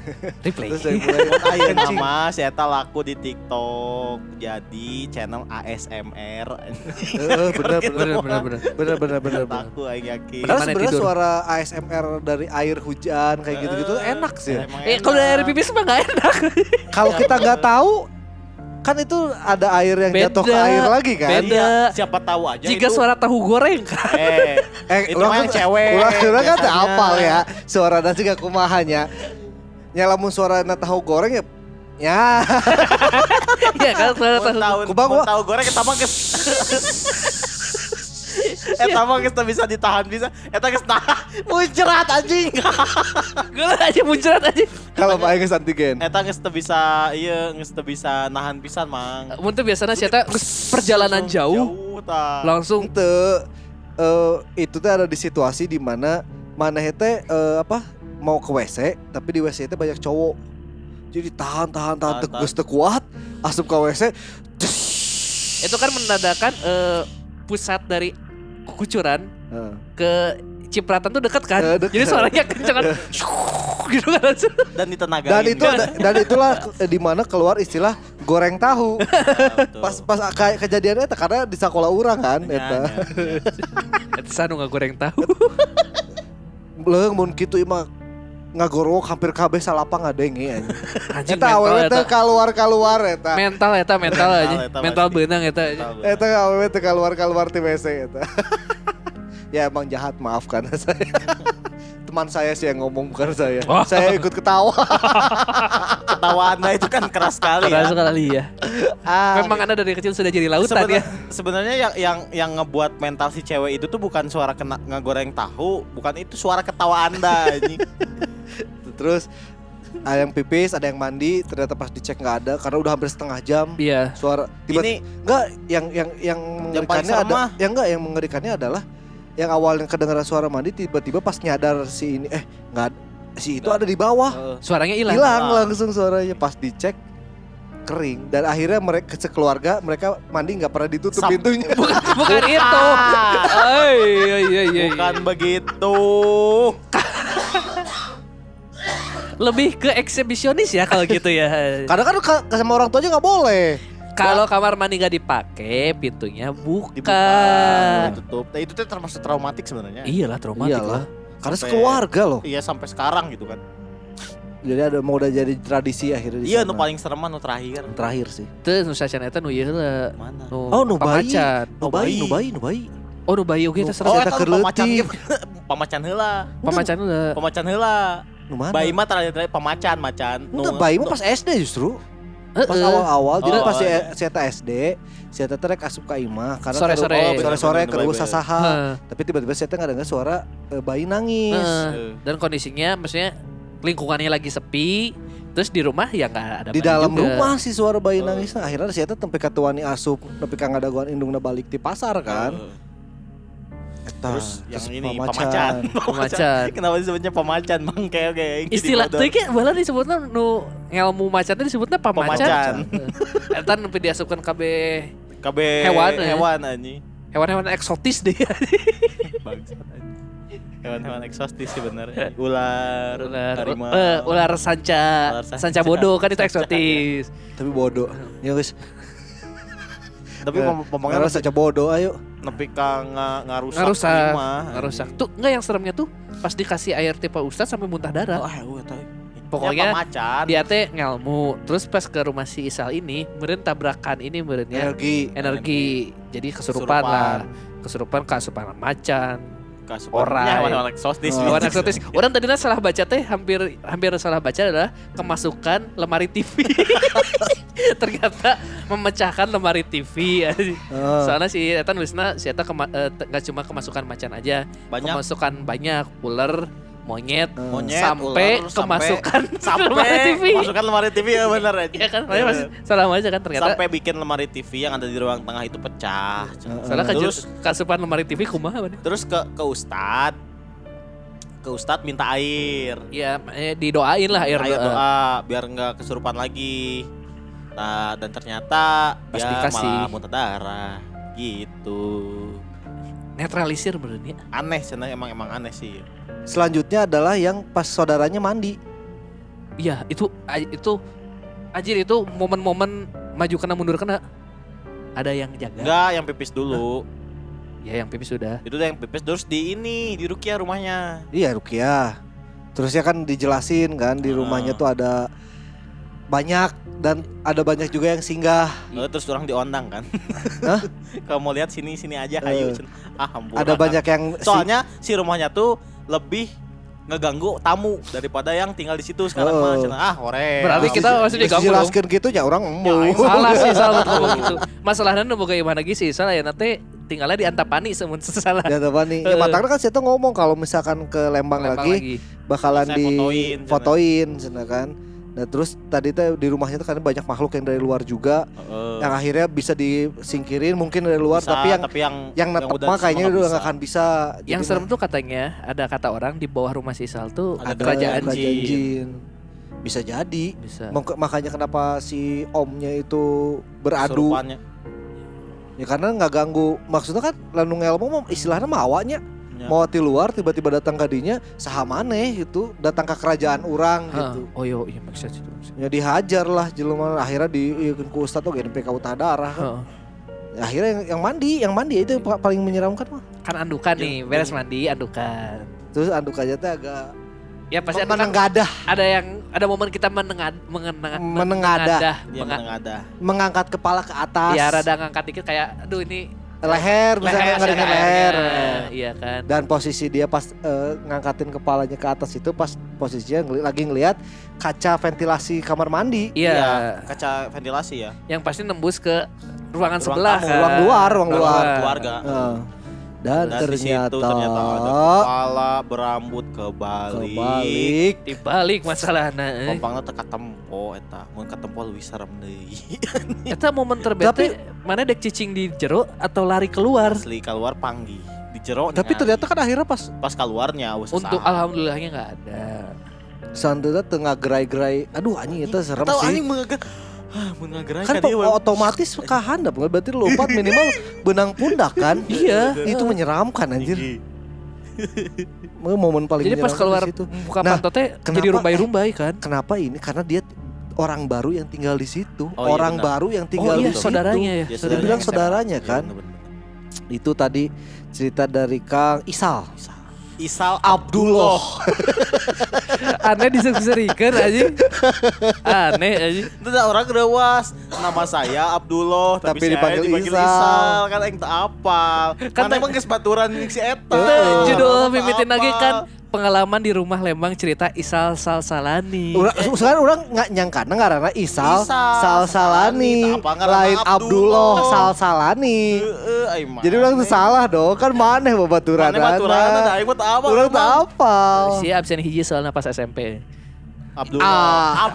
Replay. Terus saya mulai Mun aya kencing. nama saya eta laku di TikTok jadi channel ASMR. Bener. Aku aing yakin. Karena Gimana sebenarnya tidur? suara ASMR dari air hujan kayak gitu-gitu enak sih. Emang Kalau dari air enak. pipis mah gak enak. Kalau kita nggak tahu, kan itu ada air yang jatuh ke Beda. air lagi kan. Beda. Iya, siapa tahu aja Jika itu. suara tahu goreng kan. Itu mah yang cewek. Orang kan biasanya. apal ya. Suara nasi gak kumahanya. Nyalamun suara na tahu goreng ya. Ya. Iya kan suara tahu. Kubang, Tahu goreng kita mah geus. Eta mah geus teu bisa ditahan bisa. Eta geus tahan. Muncrat anjing. Gue aja muncrat aja. Kalau Pak Agus antigen. Eta geus teu bisa geus teu bisa nahan pisan, Mang. Mun teh biasana sia teh perjalanan jauh tah. langsung Itu tuh ada di situasi di mana maneh teh mau ke WC tapi di WC teh banyak cowok. Jadi tahan geus teu kuat asup ke WC. itu kan menandakan pusat dari kucuran ke cipratan tuh dekat kan. Dekat. Jadi suaranya kenceng kan. Gitu kan langsung. Dan ditenagain. Dan itulah di mana keluar istilah goreng tahu. Pas kejadian eta karena di sekolah urang kan eta. Eta sanu ngagoreng tahu. Leung mun kitu imah ngagorok hampir kabeh salapang ngadenge anjing. Anjing Eta awewe teh eta. keluar eta. Mental aja. eta Mental pasti. beunang eta. Eta awewe teh keluar ti WC eta. Ya emang jahat, maafkan saya. Teman saya sih yang ngomong bukan saya. Oh. Saya ikut ketawa. Ketawa Anda itu kan keras sekali ya. Keras sekali ya. Memang Anda dari kecil sudah jadi lautan ya. Sebenarnya yang ngebuat mental si cewek itu tuh bukan suara ngegoreng tahu, bukan itu suara ketawa Anda anjing. Terus ada yang pipis, ada yang mandi, ternyata pas dicek nggak ada karena udah hampir setengah jam. Iya. Suara tiba Ini enggak yang mengerikannya serem ada. mah. Yang enggak yang mengerikannya adalah yang awalnya kedengaran suara mandi tiba-tiba pas nyadar si ini enggak si itu ada di bawah. Suaranya hilang. Hilang langsung suaranya pas dicek kering dan akhirnya mereka sekeluarga mereka mandi nggak pernah ditutup pintunya. Bukan itu. Iya. bukan begitu. Lebih ke eksibisionis ya kalau gitu ya. Karena kan sama orang tua aja nggak boleh. Kalau kamar mandi gak dipakai, pintunya buka. Ditutup. Nah, itu tuh termasuk traumatik sebenarnya. Iyalah traumatik lah. Karena Sampai- sekeluarga loh. Iya sampai sekarang gitu kan. Jadi mau udah jadi tradisi akhirnya di Iya, sana. nu paling serem mah nu terakhir. Terakhir sih. Terus nu sacan eta nu ieu heula. Mana? Oh, nu bayi. pamacan. Nu bayi. Oh nu bayi oge teh serem. Eta eta keur pamacan leutik. pamacan heula. Pamacan heula. Pamacan heula. Nu mana? Bayi mah terakhir pamacan macan. Enggak, bayi mah pas SD justru. Pas Heeh. awal-awal jadi Oh, pas iya. si eta SD, si eta teh rek asup ka imah karena Sore-sore. sore-sore bener-bener, keur sasaha. Heeh. Tapi tiba-tiba si eta ngadengar suara bayi nangis. Heeh. Dan kondisinya maksudnya lingkungannya lagi sepi. Terus di rumah ya nggak ada Di bayi dalam juga. rumah si suara bayi nangis. Nah, akhirnya si eta tempe katuani asup, tapi ka ngadaguan indungna balik di pasar kan. Eta, Terus yang terus ini pamacan. Pamacan. Kenapa disebutnya pamacan, Bang? Kayak Istilah teh ge baheula disebutna nu ngelmu macan teh disebutnya pamacan. Pamacan. Eta nepi diasupkeun kabeh KB Hewan, ya. hewan anjing. hewan-hewan eksotis deh. Bangsat anjing. Hewan-hewan eksotis sebenarnya. Ular, harimau. Ular sanca, Ular sanca. sanca bodoh kan itu eksotis. tapi bodoh. Ya guys, Tapi Ya, ngomongnya karena saja bodoh ayo. nepi ka ngarusak Ngarusak, imah, ngarusak. anjing. Tuh enggak yang seremnya tuh pas dikasih air teh Pak Ustadz sampai muntah darah. Pokoknya Ya, pamacan. dia teh ngelmu, terus pas ke rumah si Isal ini, meureun tabrakan ini meureunnya energi. Jadi kesurupan lah. Kesurupan keasupan macan. Kasupannya Orang. hewan-hewan eksotis. Oh. Hewan eksotis. Orang tadinya salah baca teh hampir salah baca adalah kemasukan lemari TV. Ternyata memecahkan lemari TV. Soalnya si eta nulisna si eta nggak cuma kemasukan macan aja, Banyak kemasukan banyak ular, monyet, monyet, sampai ular, kemasukan sampai lemari TV. Masukkan lemari TV ya benar aja. Iya kan, makanya masih salah baca kan ternyata. Sampai bikin lemari TV yang ada di ruang tengah itu pecah. Soalnya Terus kasupan lemari TV kumaha bener. terus ke Ustadz minta air. Iya, didoain lah air Air doa biar nggak kesurupan lagi. Nah, dan ternyata Pas dia dikasih. malah muntah darah gitu. netralisir bener ya. Aneh sih, emang aneh sih. Selanjutnya adalah yang pas saudaranya mandi. Iya, itu anjir itu momen-momen maju kena mundur kena ada yang jaga. Enggak, yang pipis dulu. Ya yang pipis sudah. Itu yang pipis terus di Rukia rumahnya. Iya Rukiah. Terusnya kan dijelasin kan di rumahnya tuh ada banyak dan ada banyak juga yang singgah. Terus orang diondang kan. Hah? Kalau mau lihat sini aja hayu. Ampun. Ada banyak yang soalnya si rumahnya tuh lebih ngeganggu tamu daripada yang tinggal di situ sekarang mah. Hore. Berarti kita masih diganggu. Jelaskan gitu ya orang salah sih salah ngomong gitu. Masalahnya nu boga gimana lagi sih salah ya nanti tinggalnya di Antapani semun salah. Di Antapani. Ya matangnya kan saya tuh ngomong kalau misalkan ke Lembang lagi bakalan difotoin cenah kan. Nah terus tadi tuh di rumahnya tuh kan banyak makhluk yang dari luar juga yang akhirnya bisa disingkirin mungkin dari luar bisa, tapi yang netep mah kayaknya udah gak akan bisa. Yang serem tuh katanya ada kata orang di bawah rumah si Isal tuh ada kerajaan jin. Bisa jadi. Bisa. Makanya kenapa si omnya itu beradu. Serupanya. Ya karena nggak ganggu. Maksudnya kan Landung Elmo istilahnya mah awaknya. Mau di luar tiba-tiba datang ke dinya sahamane gitu, datang ke kerajaan orang gitu. Oh iya maksud itu. Ya dihajar lah jelema akhirnya dieukeun ku ustad tuh GNP Kauta Darah kan. Ya, akhirnya yang mandi itu yang paling menyeramkan mah. Kan andukan nih, beres mandi andukan. Terus andukannya teh agak ya pasti menengadah. Ada momen kita menengadah. Mengangkat kepala ke atas. Ya rada ngangkat dikit kayak aduh ini leher ngeringan leher. Iya kan. Dan posisi dia pas ngangkatin kepalanya ke atas itu pas posisinya lagi ngelihat kaca ventilasi kamar mandi. Iya, kaca ventilasi ya. Yang pasti nembus ke ruangan sebelah kan. Ruang luar keluarga. Dan ternyata ada kepala berambut kebalik. Dibalik masalahna. Kompangna teka tempo eta. Mun ka tempo leuwih serem deui. Eta momen terbete mana dek cicing di jero atau lari keluar? Asli keluar panggih di jero. Tapi ternyata kan akhirnya pas keluarnya untuk alhamdulillahnya enggak ada. Sandera tengah gerai-gerai. Aduh anjing eta serem sih. Anjing mengagerai kan otomatis kahandap berarti lompat minimal benang pundak kan. Iya itu menyeramkan anjir. Momen paling jadi pas keluar buka pantotnya jadi rumbai-rumbai kan. Kenapa ini karena dia orang baru yang tinggal di situ. Baru yang tinggal di situ. Saudaranya ya. Dia bilang saudaranya kan. Itu tadi cerita dari Kang Isal Abdullah. Aneh diserikan aja. Aneh aja. Itu orang kedewas. Nama saya Abdullah tapi dipanggil Isal. Kan yang tak apal. Kan emang geus baturan si eta. Judul mimitin lagi kan pengalaman di rumah Lembang cerita Isal Salsalani. Sekarang orang nggak nyangka karena Isal Salsalani lain Abdullah Salsalani. Jadi orang tuh salah dong kan maneh babaturan. Orang tak apal. Si absen hiji soalnya pas SMP. Abdullah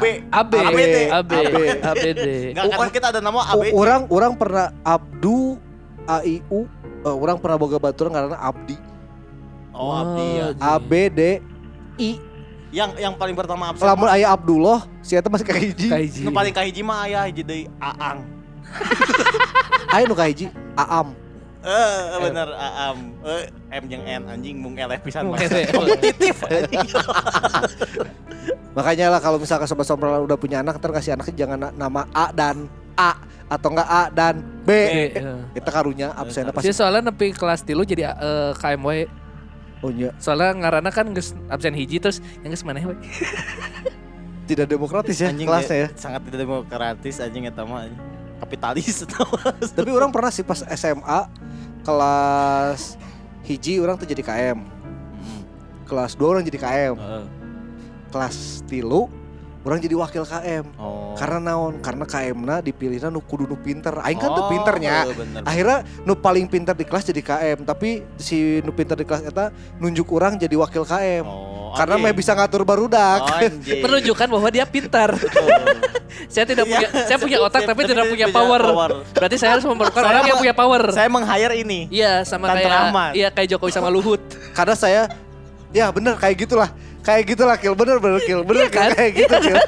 ABD. Enggak kan kita ada nama ABD. Orang pernah Abdu AIU. Orang pernah boga baturan karena Abdi. Oh Abdi ya. ABDI. Yang paling pertama absen. Lamun aya Abdullah, si eta masih kahiji. Nu paling kahiji mah aya hiji deui Aang. Aya nu kahiji Aam. Bener Aam. M jeung N anjing mung eleh pisan mah. Kompetitif anjing. Makanya lah kalau misalkan sobat-sobat udah punya anak, ntar kasih anaknya jangan nama A dan A atau enggak A dan B. Kita karunya absen pasti. Soalnya nepi kelas 3 jadi KMW. Oh iya. Soalnya ngaranna kan geus absen hiji terus yang geus maneh we. Tidak demokratis ya anjing kelasnya ya. Sangat tidak demokratis anjing eta mah. Kapitalis atau. Tapi orang pernah sih pas SMA kelas hiji orang tuh jadi KM. Kelas 2 orang jadi KM. Kelas 3 orang jadi wakil KM. Karena naon? Karena KM-na dipilihna nu kudu nu pinter. Aing kan tuh pinternya. Akhirnya nu paling pinter di kelas jadi KM, tapi si nu pinter di kelas eta nunjuk orang jadi wakil KM. Karena mah bisa ngatur barudak. Menunjukkan bahwa dia pintar. Saya punya otak tapi tidak punya power. Berarti saya harus memerlukan orang yang punya power. Saya meng-hire ini. Iya, sama kayak Jokowi sama Luhut. Karena saya ya bener kayak gitulah. Kayak gitulah Kil, bener Kil, kan? Kayak gitu Kil.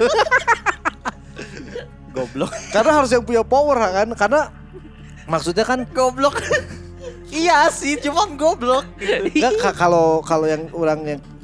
Goblok. Karena harus yang punya power kan, karena maksudnya kan goblok. Iya sih, cuma goblok. Enggak kalau yang orang yang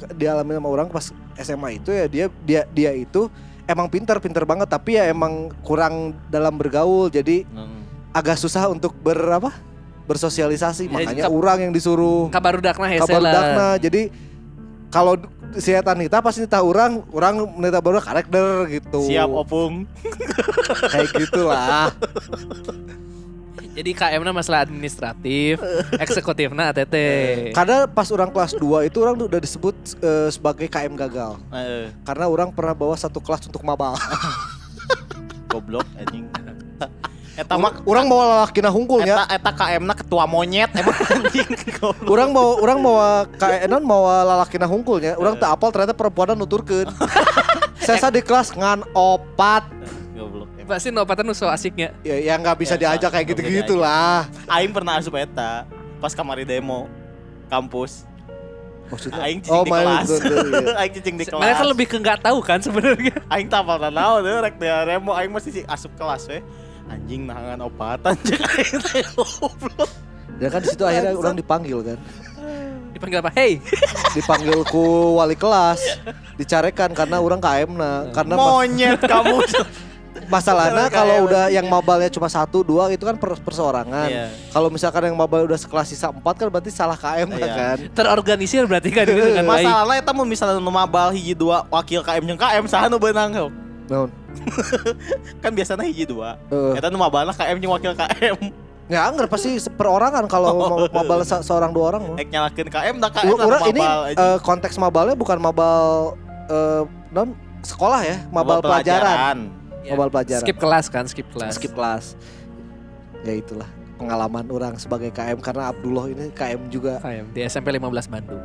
dialami sama orang pas SMA itu ya dia itu emang pintar banget tapi ya emang kurang dalam bergaul jadi agak susah untuk bersosialisasi makanya orang yang disuruh kabarudakna jadi kalau si eta nita pasti nita orang nita baru karakter gitu. Siap opung. Kayak gitulah. Jadi KM-na masalah administratif, eksekutifna ATT. Karena pas orang kelas 2 itu orang udah disebut sebagai KM gagal. Karena orang pernah bawa satu kelas untuk mabal. Goblok anjing. Eta mah urang bawa lalakina hungkulnya. Eta KM-na ketua monyet emang anjing. Urang bawa KM bawa lalakina hungkulnya. Urang teu apal ternyata perempuanan nuturkeun. Saya di kelas ngan opat. Goblok. Pasti nopatan nu so asiknya. Ya enggak bisa diajak kayak gitu-gitu lah. Aing pernah asup eta pas kamari demo kampus. Maksudnya Aing cicing di kelas. Aing cicing di kelas. Mereka lebih ke enggak tahu kan sebenarnya. Aing teu apal naon deh rek demo aing masih asup kelas we. Anjing nahangan opatan cek aing teh goblok. Ya kan di situ akhirnya orang dipanggil kan. Dipanggil apa? Hey. Dipanggil ku wali kelas. Dicarekan karena orang KM-na karena monyet kamu. Masalahnya kalau udah yang mabalnya cuma 1, 2 itu kan perseorangan. Iya. Kalau misalkan yang mabal udah sekelas sisa 4 kan berarti salah KM kan. Terorganisir berarti kan itu dengan baik. Masalahnya eta mun misalnya nu mabal hiji 2 wakil KM jeung KM saha nu beunang heuh. Naon? Kan biasanya hiji 2. Eta nu mabalna KM jeung wakil KM. Ya anggar pasti perorangan kalau mabal seorang 2 orang. Ek nyalakeun KM da KM Urang ini konteks mabalnya bukan mabal non sekolah ya, mabal pelajaran. Mabal pelajaran. Skip kelas kan, skip kelas. Ya itulah pengalaman orang sebagai KM karena Abdullah ini KM juga. KM di SMP 15 Bandung.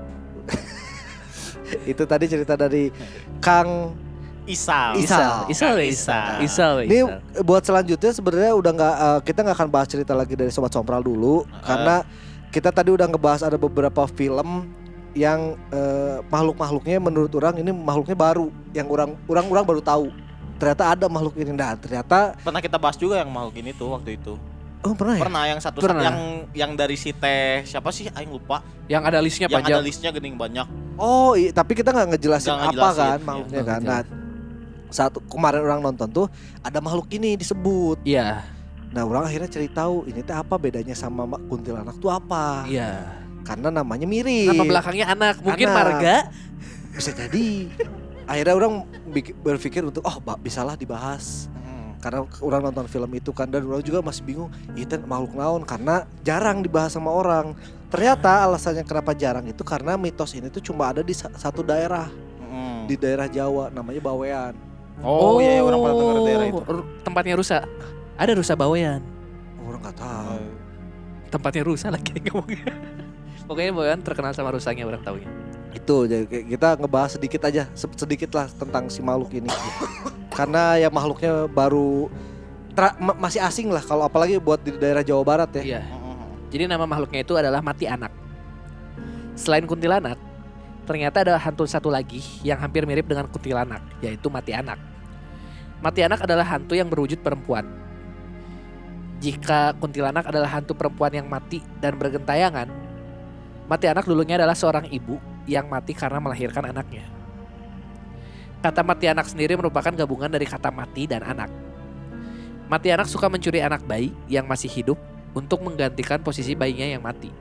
Itu tadi cerita dari Kang Isal. Ini buat selanjutnya sebenarnya udah kita nggak akan bahas cerita lagi dari Sobat Sompral dulu karena kita tadi udah ngebahas ada beberapa film yang makhluk-makhluknya menurut orang ini makhluknya baru yang orang baru tahu. Ternyata ada makhluk ini ternyata pernah kita bahas juga yang makhluk ini tuh waktu itu. Oh pernah ya? Pernah yang satu yang dari si teh siapa sih aing lupa. Yang ada listnya panjang. Yang ada listnya geuning banyak. Oh iya, tapi kita nggak ngejelasin apa kan makhluknya kan. Nah, saat kemarin orang nonton tuh ada makhluk ini disebut. Iya. Nah orang akhirnya cari tahu ini teh apa bedanya sama kuntilanak tuh apa. Iya. Karena namanya mirip. Nama belakangnya anak, mungkin marga. Bisa jadi. Akhirnya orang berpikir untuk bisalah dibahas. Karena orang nonton film itu kan dan orang juga masih bingung itu makhluk naon karena jarang dibahas sama orang. Ternyata alasannya kenapa jarang itu karena mitos ini tuh cuma ada di satu daerah. Di daerah Jawa namanya Bawean. Oh iya orang pernah dengar daerah itu. Tempatnya rusa. Ada rusa Bawean. Orang enggak tahu. Tempatnya rusa lagi ngomongnya. Pokoknya Bawean terkenal sama rusanya orang taunya. Itu jadi kita ngebahas sedikit aja sedikit lah tentang si makhluk ini. Karena ya makhluknya baru masih asing lah kalau apalagi buat di daerah Jawa Barat ya. Iya. Jadi nama makhluknya itu adalah mati anak. Selain kuntilanak, ternyata ada hantu satu lagi yang hampir mirip dengan kuntilanak, yaitu mati anak. Mati anak adalah hantu yang berwujud perempuan. Jika kuntilanak adalah hantu perempuan yang mati dan bergentayangan, mati anak dulunya adalah seorang ibu yang mati karena melahirkan anaknya. Kata mati anak sendiri merupakan gabungan dari kata mati dan anak. Mati anak suka mencuri anak bayi yang masih hidup untuk menggantikan posisi bayinya yang mati.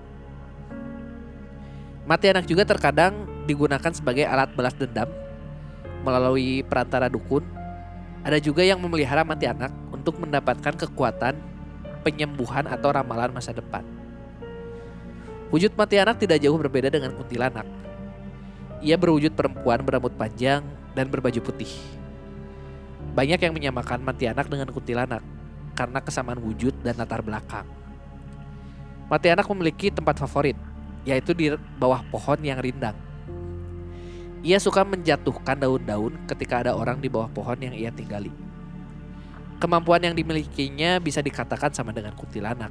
Mati anak juga terkadang digunakan sebagai alat balas dendam melalui perantara dukun. Ada juga yang memelihara mati anak untuk mendapatkan kekuatan penyembuhan atau ramalan masa depan. Wujud mati anak tidak jauh berbeda dengan kuntilanak. Ia berwujud perempuan berambut panjang dan berbaju putih. Banyak yang menyamakan mati anak dengan kuntilanak karena kesamaan wujud dan latar belakang. Mati anak memiliki tempat favorit, yaitu di bawah pohon yang rindang. Ia suka menjatuhkan daun-daun ketika ada orang di bawah pohon yang ia tinggali. Kemampuan yang dimilikinya bisa dikatakan sama dengan kuntilanak.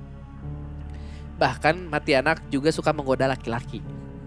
Bahkan mati anak juga suka menggoda laki-laki.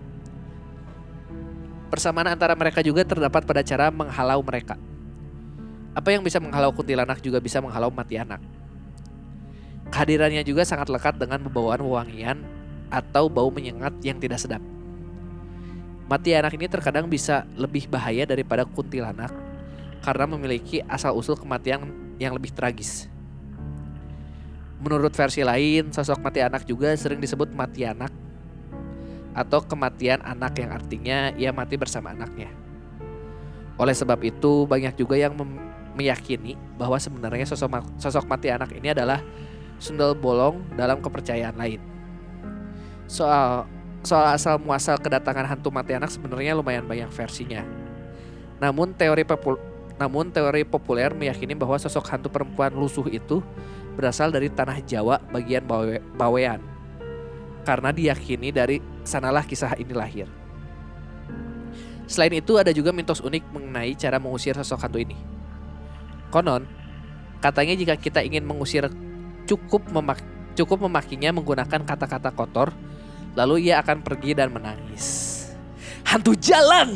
Persamaan antara mereka juga terdapat pada cara menghalau mereka. Apa yang bisa menghalau kuntilanak juga bisa menghalau mati anak. Kehadirannya juga sangat lekat dengan pembawaan wewangian atau bau menyengat yang tidak sedap. Mati anak ini terkadang bisa lebih bahaya daripada kuntilanak karena memiliki asal-usul kematian yang lebih tragis. Menurut versi lain, sosok mati anak juga sering disebut mati anak atau kematian anak yang artinya ia mati bersama anaknya. Oleh sebab itu, banyak juga yang meyakini bahwa sebenarnya sosok mati anak ini adalah sundel bolong dalam kepercayaan lain. Soal asal muasal kedatangan hantu mati anak sebenarnya lumayan banyak versinya. Namun teori populer meyakini bahwa sosok hantu perempuan lusuh itu berasal dari tanah Jawa bagian Bawean. Karena diyakini dari sanalah kisah ini lahir. Selain itu ada juga mitos unik mengenai cara mengusir sosok hantu ini. Konon, katanya jika kita ingin mengusir cukup memakinya menggunakan kata-kata kotor, lalu ia akan pergi dan menangis. Hantu jalan!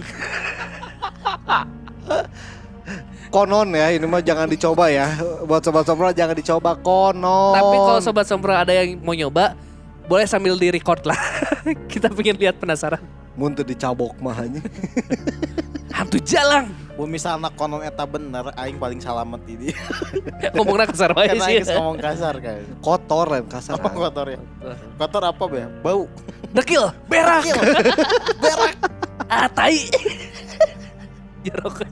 Konon ya, ini mah jangan dicoba ya. Buat Sobat Sompral jangan dicoba, konon. Tapi kalau Sobat Sompral ada yang mau nyoba, boleh sambil di record lah. Kita pengen lihat, penasaran. Muntah dicabok mahanya. Hantu jalang. Bu misalnya konon eta bener, aing paling salamet ini. Ngomongnya kasar wae Karena sih. aing ngomong kasar kan. Kotor lain kasar. Apa kotor ya? Kotor apa be? Bau. Dekil, berak. Berak. Tai. Jerok.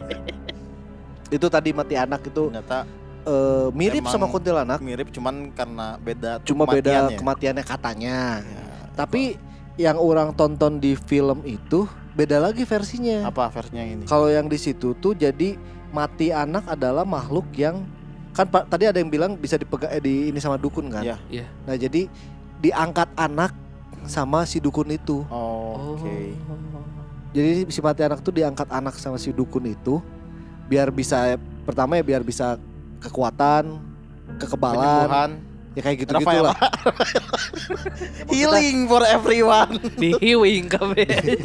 Itu tadi mati anak itu Ternyata mirip emang sama kuntilanak. mirip cuman karena beda Cuma beda kematiannya. kematiannya katanya. Ya, Tapi yang orang tonton di film itu beda lagi versinya. apa versinya ini? Kalau yang di situ tuh jadi mati anak adalah makhluk yang kan tadi ada yang bilang bisa dipegang di ini sama dukun kan. Iya. Iya. Nah jadi diangkat anak sama si dukun itu. Oh, Oke. Jadi si mati anak tuh diangkat anak sama si dukun itu biar bisa pertama ya biar bisa kekuatan, kekebalan, Penyembuhan. ya kayak gitu Rafael. gitulah. Healing for everyone. Dihiwing kabeh.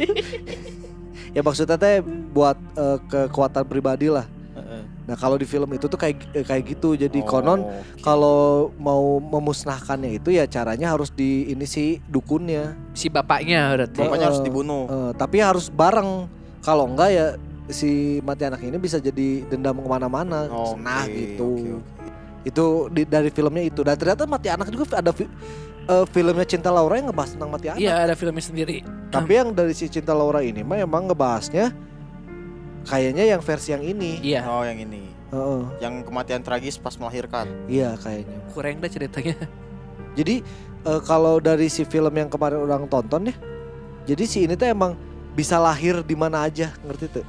Ya maksudnya teh buat kekuatan pribadi lah. Nah kalau di film itu tuh kayak gitu. Jadi konon kalau mau memusnahkannya itu ya caranya harus di ini si dukunnya. Si bapaknya berarti. Bapaknya harus dibunuh. Tapi harus bareng. Kalau enggak ya si mati anak ini bisa jadi dendam kemana-mana. Nah gitu. Itu dari filmnya itu. Dan ternyata mati anak juga ada filmnya Cinta Laura yang ngebahas tentang mati anak. Iya, ada filmnya sendiri. Tapi yang dari si Cinta Laura ini mah emang ngebahasnya kayaknya yang versi yang ini. Iya. Oh yang ini. Yang kematian tragis pas melahirkan. Iya kayaknya. Kurang dah ceritanya. Jadi kalau dari si film yang kemarin orang tonton ya, jadi si ini tuh emang bisa lahir di mana aja, ngerti tuh?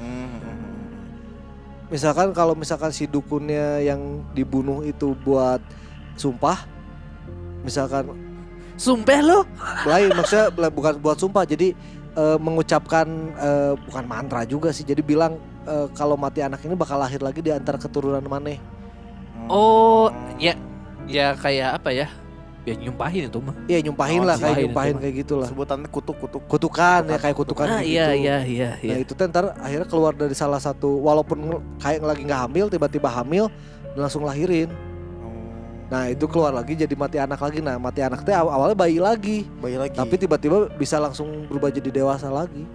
Misalkan kalau misalkan si dukunnya yang dibunuh itu buat sumpah, misalkan Sumpah lo? lain maksudnya bukan buat sumpah, jadi mengucapkan bukan mantra juga sih, jadi bilang kalau mati anak ini bakal lahir lagi di antara keturunan maneh. Oh, ya kayak apa ya? Ya nyumpahin itu mah. Iya nyumpahin lah, kayak nyumpahin nyumpahin itu. kayak gitulah. Sebutannya kutuk-kutuk. Kutukan ya kayak kutukan Ah, gitu. iya. Nah itu tuh ntar akhirnya keluar dari salah satu, walaupun kayak lagi nggak hamil, tiba-tiba hamil dan langsung lahirin. Nah itu keluar lagi jadi mati anak lagi. Nah mati anak teh awalnya bayi lagi, tapi tiba-tiba bisa langsung berubah jadi dewasa lagi.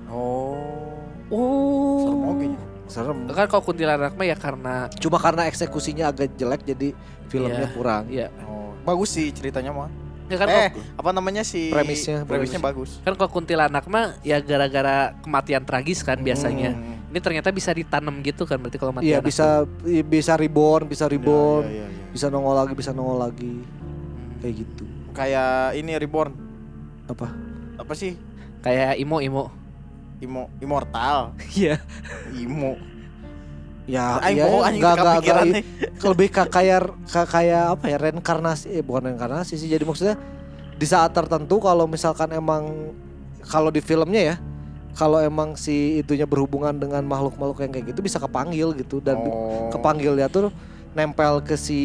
Serem oke. Serem. Kan kalau kuntilanak mah ya karena Cuma karena eksekusinya agak jelek jadi filmnya Iya. kurang. ya Bagus sih ceritanya mah. ya kan Apa namanya sih? Premisnya bagus. kan kalau kuntilanak mah ya gara-gara kematian tragis kan biasanya. Ini ternyata bisa ditanam gitu kan, berarti kalau mati Iya anak. bisa reborn, Iya. bisa nongol lagi kayak gitu. Kayak ini Reborn. Apa sih? Kayak Imo. Immortal. Iya. Imo. Ya, Aing iya, bohong, anjing enggak, kepikiran nih. lebih kayak apa ya, reinkarnasi, bukan reinkarnasi sih. Jadi maksudnya di saat tertentu kalau misalkan emang kalau di filmnya ya, kalau emang si itunya berhubungan dengan makhluk-makhluk yang kayak gitu bisa kepanggil gitu, dan kepanggil dia tuh nempel ke si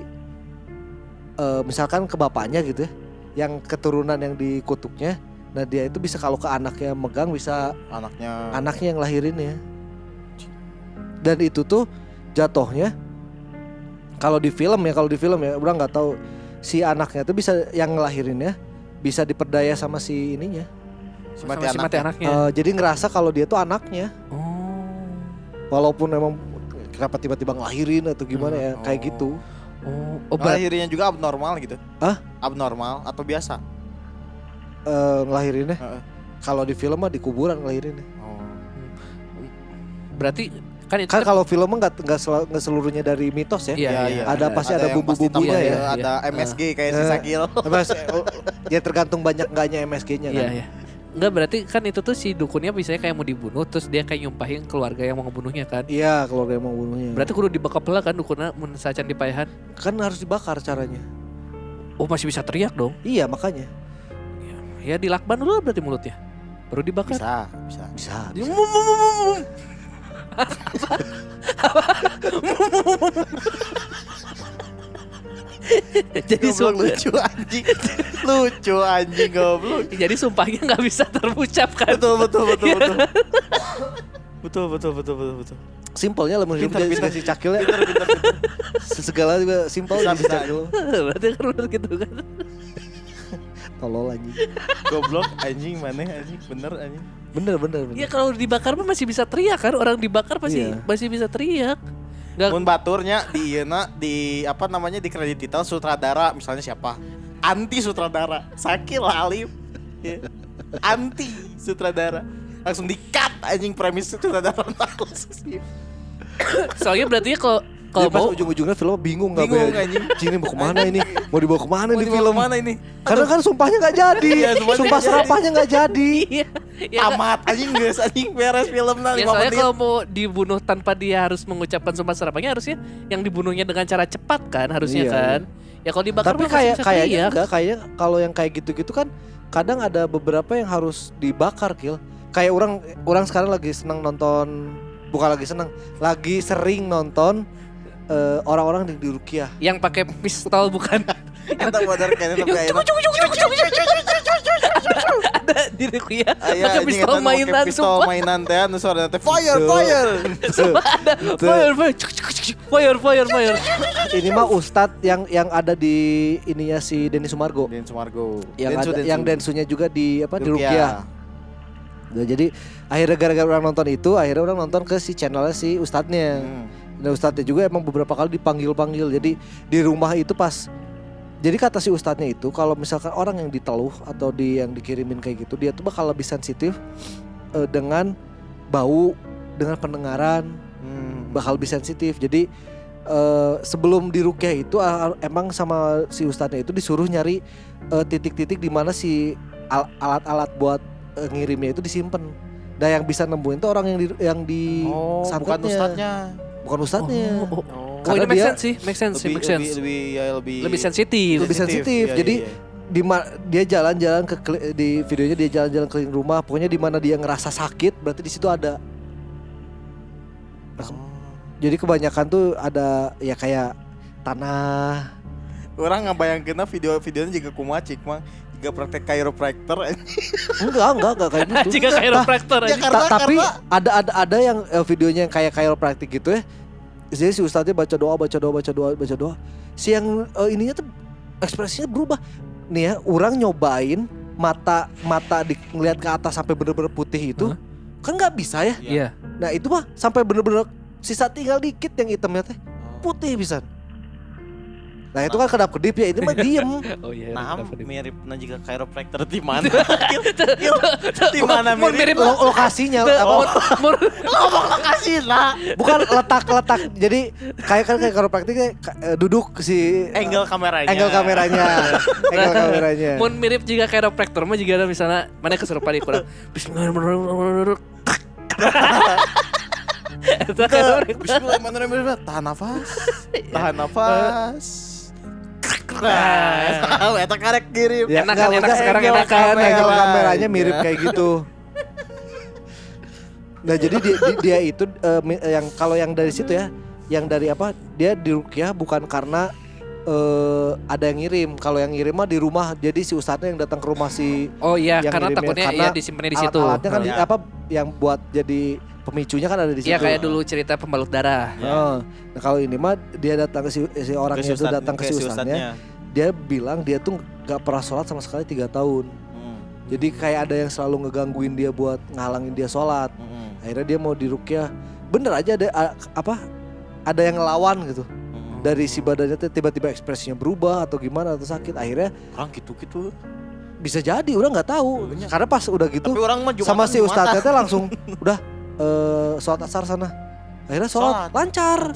misalkan ke bapaknya gitu ya, yang keturunan yang dikutuknya. Nah dia itu bisa kalau ke anaknya megang, bisa anaknya yang lahirin ya. Dan itu tuh jatuhnya kalau di film ya udah nggak tahu si anaknya tuh bisa yang ngelahirinnya bisa diperdaya sama si ininya, Si Sama mati si mati anaknya. Jadi ngerasa kalau dia tuh anaknya. Oh. Walaupun emang kenapa tiba-tiba ngelahirin atau gimana ya kayak gitu. Oh, Ngelahirinnya juga abnormal gitu. Hah? Abnormal atau biasa? Ngelahirinnya. Heeh. Kalau di film mah di kuburan ngelahirinnya. Oh. berarti kan itu Kan kalau film mah nggak seluruhnya dari mitos ya. Iya. Ada pasti ada yang pasti bumbu-bumbunya tambah ya. Ada MSG kayak si Eh. Sakil. Ya tergantung banyak enggaknya MSG-nya kan. Iya. Enggak, berarti kan itu tuh si dukunnya biasanya kayak mau dibunuh terus dia kayak nyumpahin keluarga yang mau ngebunuhnya kan. Iya, keluarga yang mau bunuhnya. Berarti kudu dibakar pula kan dukunnya mun sacan dipayahan. Kan harus dibakar caranya. Oh, masih bisa teriak dong. Iya, makanya. Ya dilakban dulu berarti mulutnya. Baru dibakar. Bisa. Jadi Goblok, lucu anjing goblok. jadi sumpahnya nggak bisa terucap kan. Betul. Simpelnya lah menurut Pintar. si Cakil ya. Segala juga simpel Bisa, di bisa. Cakil. Berarti kan bener gitu kan. Tolol anjing. Goblok anjing maneh anjing bener anjing. Bener. Ya kalau dibakar mah masih bisa teriak kan. Orang dibakar Iya. masih bisa teriak. Nggak, Mun baturnya di ieu di apa namanya di kredit titel sutradara misalnya siapa? Anti sutradara. Sakil Alif. Ya. Anti sutradara. Langsung di-cut anjing premis sutradara langsung. soalnya berarti kalau Jadi pas mau ujung-ujungnya film bingung nggak Bingung, bayar. anjing. Cini mau kemana ini? Mau dibawa kemana Mau di dibawa film? kemana ini? Karena kan sumpahnya nggak jadi. Iya, sumpahnya Sumpah nggak jadi. serapahnya nggak jadi. iya. Ya, kan? Tamat anjing geus anjing beres filmna Ya 5 soalnya menit. kalau mau dibunuh tanpa dia harus mengucapkan sumpah serapahnya harusnya yang dibunuhnya dengan cara cepat kan harusnya Iya, kan. Ya kalau dibakar Tapi mah masih bisa kayaknya teriak. enggak, kayak kalau yang kayak gitu-gitu kan kadang ada beberapa yang harus dibakar Kil. Kayak orang sekarang lagi senang nonton, bukan lagi senang, lagi sering nonton orang-orang di Rukiah. Yang pakai pistol bukan. Eta modern kayaknya tapi Yang ada di Rukiah pakai pistol mainan pistol sumpah. mainan teh anu suara teh fire. Sumpah ada fire. Ini mah Ustadz yang ada di ininya si Denny Sumargo. Den Sumargo. Yang Densunya juga di apa di Rukiah. Nah, jadi akhirnya gara-gara orang nonton itu, akhirnya orang nonton ke si channelnya si Ustadznya. Nah Ustadznya juga emang beberapa kali dipanggil. Jadi di rumah itu pas, jadi kata si Ustadznya itu kalau misalkan orang yang diteluh atau yang dikirimin kayak gitu, dia tuh bakal lebih sensitif dengan bau, dengan pendengaran, bakal lebih sensitif. Jadi sebelum di Rukiah itu emang sama si Ustadznya itu disuruh nyari titik-titik di mana si alat-alat buat ngirimnya itu disimpan. Nah yang bisa nemuin tuh orang yang di bukan ustadznya. Bukan ustadznya. Oh, Karena ini make dia sense sih, make sense. Lebih Lebih sensitif. Iya, Jadi iya. dia jalan-jalan di videonya dia jalan-jalan keliling rumah. Pokoknya di mana dia ngerasa sakit, berarti di situ ada. Jadi kebanyakan tuh ada ya kayak tanah. Orang ngebayangkeunna video-videonya juga kumacik mang. Juga praktek chiropractor. Enggak kayak gitu. Jika chiropractor Ya, aja. Tapi ada yang videonya yang kayak chiropractic gitu ya. Jadi si ustadznya baca doa. Si yang ininya tuh ekspresinya berubah. Nih ya, orang nyobain mata ngeliat ke atas sampai bener-bener putih itu. Kan nggak bisa ya. Iya. Nah itu mah sampai bener-bener sisa tinggal dikit yang hitamnya teh. Putih bisa. Nah itu kan kedap-kedip ya, ini mah diem. Oh iya. Nah, bener. mirip juga chiropractor di mana? Di mana Mun mirip? Lokasinya apa? Ngomong lokasi lah. Bukan letak. Jadi kayak chiropractic duduk si Angle kameranya. angle kameranya. Mun mirip juga chiropractor mah juga ada misalnya mana kesurupan kurang. Bismillahirrahmanirrahim. Bismillahirrahmanirrahim. Tahan nafas. Nah, eta karek kirim. Ya, Enak kan, enak sekarang enak kan. Angle kameranya mirip kayak gitu. Nah jadi dia itu yang kalau yang dari situ ya, yang dari apa dia di Rukiah bukan karena ada yang ngirim. Kalau yang ngirim mah di rumah. Jadi si ustadznya yang datang ke rumah si. Oh iya, yang karena ngirimnya. takutnya Karena ya disimpannya di situ. Alat-alatnya kan Ya. apa yang buat jadi pemicunya kan ada di situ. Iya kayak dulu cerita pembalut darah. Nah kalau ini mah dia datang ke si orangnya itu datang ke si ustadznya. Dia bilang dia tuh nggak pernah sholat sama sekali 3 tahun. Jadi kayak ada yang selalu ngegangguin dia buat ngalangin dia sholat. Akhirnya dia mau diruqyah. Bener aja ada ada yang ngelawan gitu. Dari si badannya tuh tiba-tiba ekspresinya berubah atau gimana atau sakit. Akhirnya Orang gitu-gitu. bisa jadi, udah nggak tahu. Karena pas udah gitu Tapi orang mah sama si ustadznya teh langsung udah sholat asar sana. Akhirnya sholat lancar.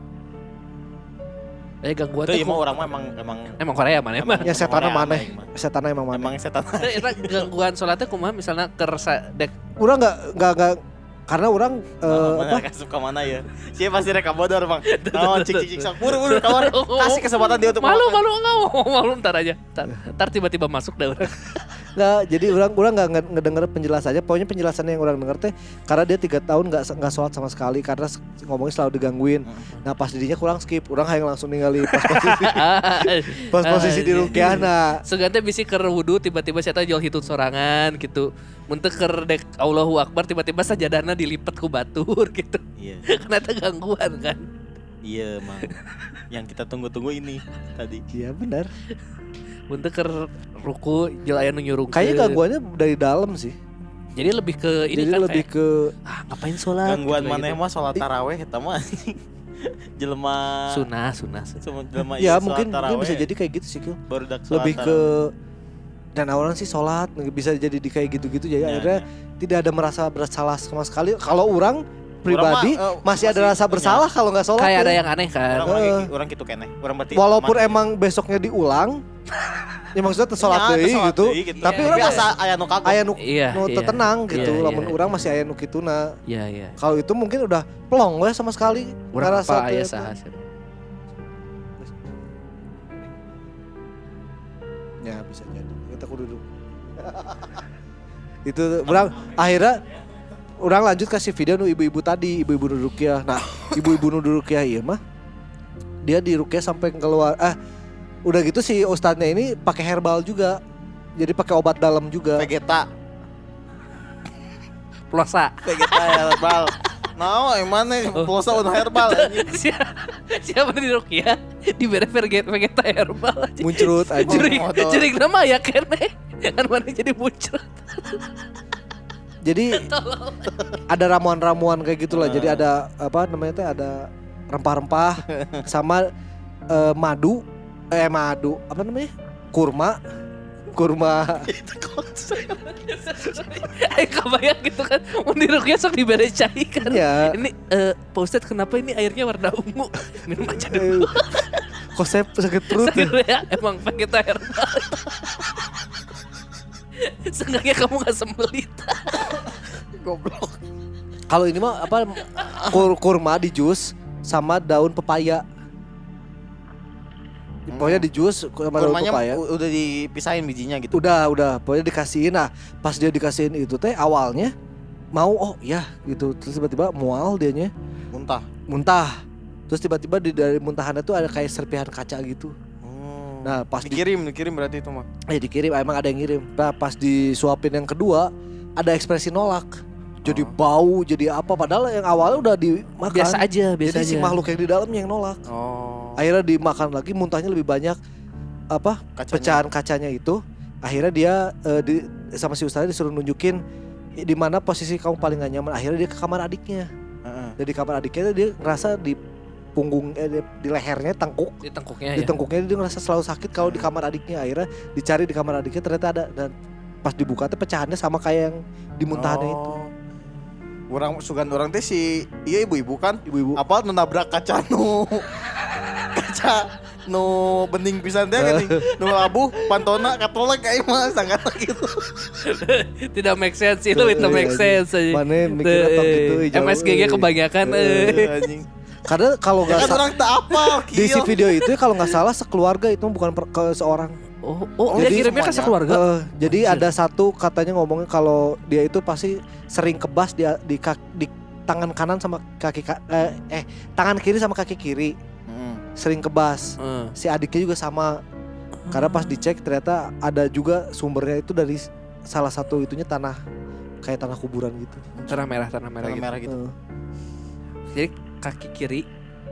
Gangguan Itu teh emang orang mah emang Korea mana emang. Ya setannya Korea mana? emang. Setannya emang mana? Emang setan. Eta gangguan sholatnya kumaha misalnya kersa dek Urang nggak karena orang Mana suka mana ya? Siapa pasti rekam bodor bang. Oh cik sok buru kawan. Kasih kesempatan dia untuk malu enggak malu ntar aja. Ntar tiba-tiba masuk dah orang. nggak. Jadi orang nggak ngedenger penjelasannya. Pokoknya penjelasannya yang orang denger teh karena dia 3 tahun nggak sholat sama sekali karena ngomongnya selalu digangguin. Nah pas didinya kurang skip. Orang hayang langsung ningali pas posisi di ruqyahna. Sugante bisi keur wudu tiba-tiba saya jual hitut sorangan gitu. Muntah keur dek Allahu Akbar tiba-tiba sajadahna dilipat ku batur gitu. Iya. Karena itu gangguan kan. Iya emang. Yang kita tunggu-tunggu ini tadi. Iya benar. Muntah keur ruku jel aya nu nyurungkeun. Kayaknya gangguannya dari dalam sih. Jadi lebih ke ini Jadi kan lebih kayak, ke ngapain sholat? Gangguan gitu, maneh gitu. mah sholat taraweh eta mah. Jelema Sunah. jelema ya sholat mungkin taraweh, bisa jadi kayak gitu sih Kil. baru dak sholat Lebih ke dan orang sih sholat bisa jadi di kayak gitu-gitu jadi Ya, akhirnya tidak ada merasa bersalah sama sekali. Kalau orang pribadi mah, masih ada masih rasa punya. bersalah kalau nggak sholat. Kayak ya. ada yang aneh kan. Orang gitu keneh. Orang berarti Walaupun aman. emang besoknya diulang, ya maksudnya sholat Ya, deui sholat gitu. deui Tapi Iya, orang iya. masih aya nu kagok. aya nu Iya. tenang gitu. Iya, Lamun iya. orang masih aya nu kituna. Iya. Kalau itu mungkin udah plong we sama sekali. Urang Nggak rasa apa aya teh. saha. Ya bisa jadi. Kita kudu duduk. Itu orang akhirnya orang lanjut kasih video nu ibu-ibu tadi, ibu-ibu nu ruqyah. Nah, ibu-ibu nu ruqyah ieu mah dia di ruqyah sampai keluar. Udah gitu si ustadznya ini pakai herbal juga. Jadi pakai obat dalam juga. Vegeta Plosa. herbal. No, emang nih pulsa untuk herbal anjing. Siapa di Rukia? Di bere Vegeta herbal aja. Muncrut aja. Jurig nama ya kene. Kan mana jadi muncrut. Jadi ada ramuan-ramuan kayak gitulah. Jadi ada apa namanya teh ada rempah-rempah sama madu apa namanya? Kurma. Ayo kebayang gitu kan. Mau di Rukia sok dibere cai kan. Ya. Ini Pak Ustadz kenapa ini airnya warna ungu? Minum aja dulu. Kok saya sakit perut ya? Ya, emang Vegeta herbal. Seenggaknya kamu gak sembelit. Goblok. Kalau ini mah apa kurma di jus sama daun pepaya. Pokoknya di jus sama daun Kurmanya pepaya. udah dipisahin bijinya gitu. Udah, pokoknya dikasihin. Nah, pas dia dikasihin itu teh awalnya mau ya gitu, terus tiba-tiba mual dianya, muntah. Terus tiba-tiba dari muntahannya tuh ada kayak serpihan kaca gitu. Nah, pas dikirim berarti itu mah. dikirim emang ada yang ngirim. Nah, pas disuapin yang kedua ada ekspresi nolak. Jadi bau, jadi apa padahal yang awalnya udah dimakan. Biasa aja. Jadi si makhluk yang di dalamnya yang nolak. Akhirnya dimakan lagi, muntahnya lebih banyak pecahan kacanya itu. Akhirnya dia sama si ustaznya disuruh nunjukin di mana posisi kamu paling gak nyaman. Akhirnya dia ke kamar adiknya. Dan di kamar adiknya dia ngerasa di punggung di lehernya Di tengkuknya di tengkuknya dia ngerasa selalu sakit kalau di kamar adiknya. Akhirnya dicari di kamar adiknya ternyata ada, dan pas dibuka tuh pecahannya sama kayak yang di muntahannya itu. Orang teh si iya ibu-ibu kan. Ibu-ibu. Apa nu nabrak kaca nu bening pisan teh geuning. Nu labuh pantona katolek kayak mah sangat gitu. Tidak make sense itu make sense aja. Mana mikirnya tok gitu jauh. MSGG kebanyakan Anjing. Karena kalau Ya nggak kan orang tak apa di si video itu kalau nggak salah sekeluarga itu bukan ke seorang. Dia Jadi kirimnya ke semuanya. sekeluarga. Jadi ada satu katanya ngomongnya kalau dia itu pasti sering kebas di tangan kanan sama tangan kiri sama kaki kiri sering kebas. Si adiknya juga sama. Karena pas dicek ternyata ada juga sumbernya itu dari salah satu itunya tanah kayak tanah kuburan gitu. Tanah merah gitu. gitu. Jadi kaki kiri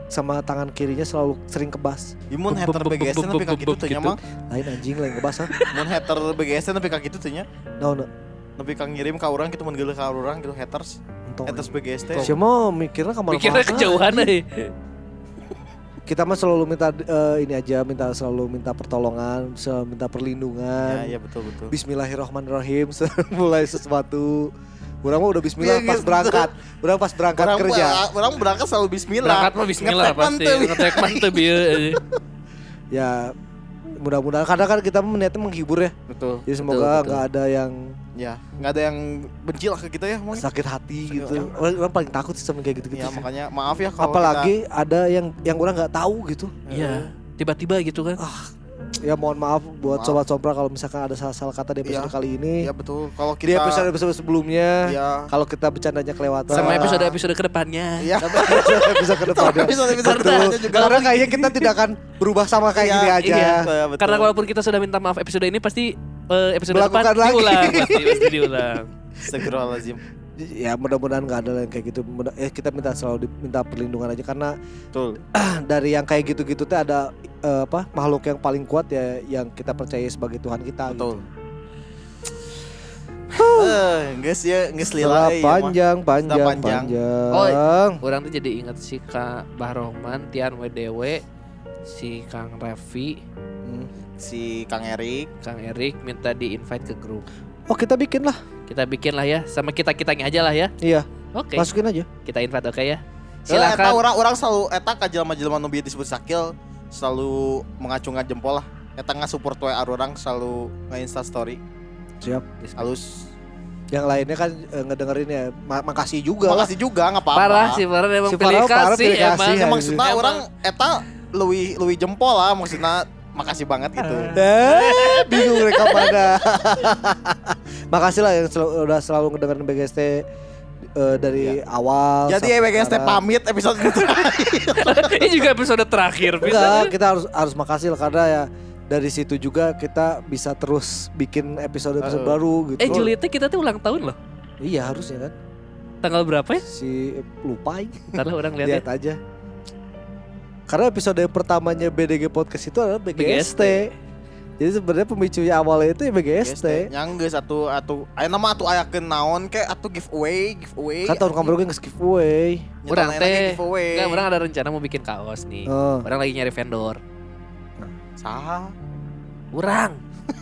sama tangan kirinya selalu sering kebas. Imun hater BGS tapi ka kitu teh nya mah. Lain anjing lain ngebas. Mun hater BGS tapi ka kitu teh nya. Naon? Tapi ka ngirim ka urang kitu mun geuleuh ka urang gitu haters. Haters BGS teh. Siapa mau mikirnya kemana? Mikirnya kejauhan euy. Kita mah selalu minta ini aja, selalu minta pertolongan, selalu minta perlindungan. Ya betul. Bismillahirrahmanirrahim mulai sesuatu. Urang mah udah bismillah pas berangkat. Urang pas berangkat kerja. Urang berangkat selalu bismillah. Berangkat mah bismillah pasti. Ngetek mantep bieu. Ya mudah-mudahan karena kan kita niatnya menghibur ya. Betul. Jadi semoga enggak ada yang nggak ada yang benci lah ke kita ya, sakit hati gitu. Orang paling takut sih sama kayak gitu-gitu. Ya makanya maaf ya kalau apalagi ada yang orang nggak tahu gitu. Iya. Tiba-tiba gitu kan. Ya mohon maaf buat sobat Sompra kalau misalkan ada salah kata di episode kali ini. Iya betul. Kalau di episode sebelumnya, kalau kita bercandanya kelewatan. Sama episode kedepannya. Iya. episode kedepannya. Episode juga. Karena kayaknya kita tidak akan berubah sama kayak gini aja. Iya. Karena walaupun kita sudah minta maaf episode ini pasti episode depan lagi. Diulang pasti diulang. Astagfirullahaladzim. Ya mudah-mudahan nggak ada yang kayak gitu. Kita selalu minta perlindungan aja karena betul. Dari yang kayak gitu-gitu tuh ada makhluk yang paling kuat ya yang kita percaya sebagai Tuhan kita. Betul. Gitu. Guys ya, guys lila panjang. Oh, orang tuh jadi ingat si Kak Bahroman, Tian WDW, si Kang Revi, si Kang Erik minta di-invite ke grup. Oh, kita bikin lah ya, sama kita-kitanya aja lah ya. Iya. Oke. Masukin aja. Kita invite ya. Silakan. Eta orang selalu ka jelema-jelema nu bieu disebut sakil selalu mengacungkan jempol lah. Eta ngasupport we orang selalu nge-insta story. Siap. Halus. Yang lainnya kan ngedengerin ya. Makasih juga. Makasih juga enggak apa-apa. Parah sih, emang pilih kasih emang. Ya, maksudnya orang eta leuwih jempol lah maksudnya. Makasih banget gitu. Bingung mereka pada. Makasih lah yang udah selalu ngedengerin BGST dari awal. Jadi BGST pamit episode terakhir. Ini juga episode terakhir. Enggak, kita harus makasih lah karena ya dari situ juga kita bisa terus bikin episode baru gitu. Juli kita tuh ulang tahun loh. Iya harusnya kan. Tanggal berapa ya? Si lupa. Ntar lah orang lihat aja. Karena episode yang pertamanya BDG Podcast itu adalah BGST. Jadi sebenarnya pemicunya awalnya itu ya BGST. Yang geus atuh aya nama atuh ayakeun naon ke atuh giveaway. Kan tahun kemarin geus giveaway. Urang teh enggak, urang ada rencana mau bikin kaos nih. Urang lagi nyari vendor. Saha? Urang.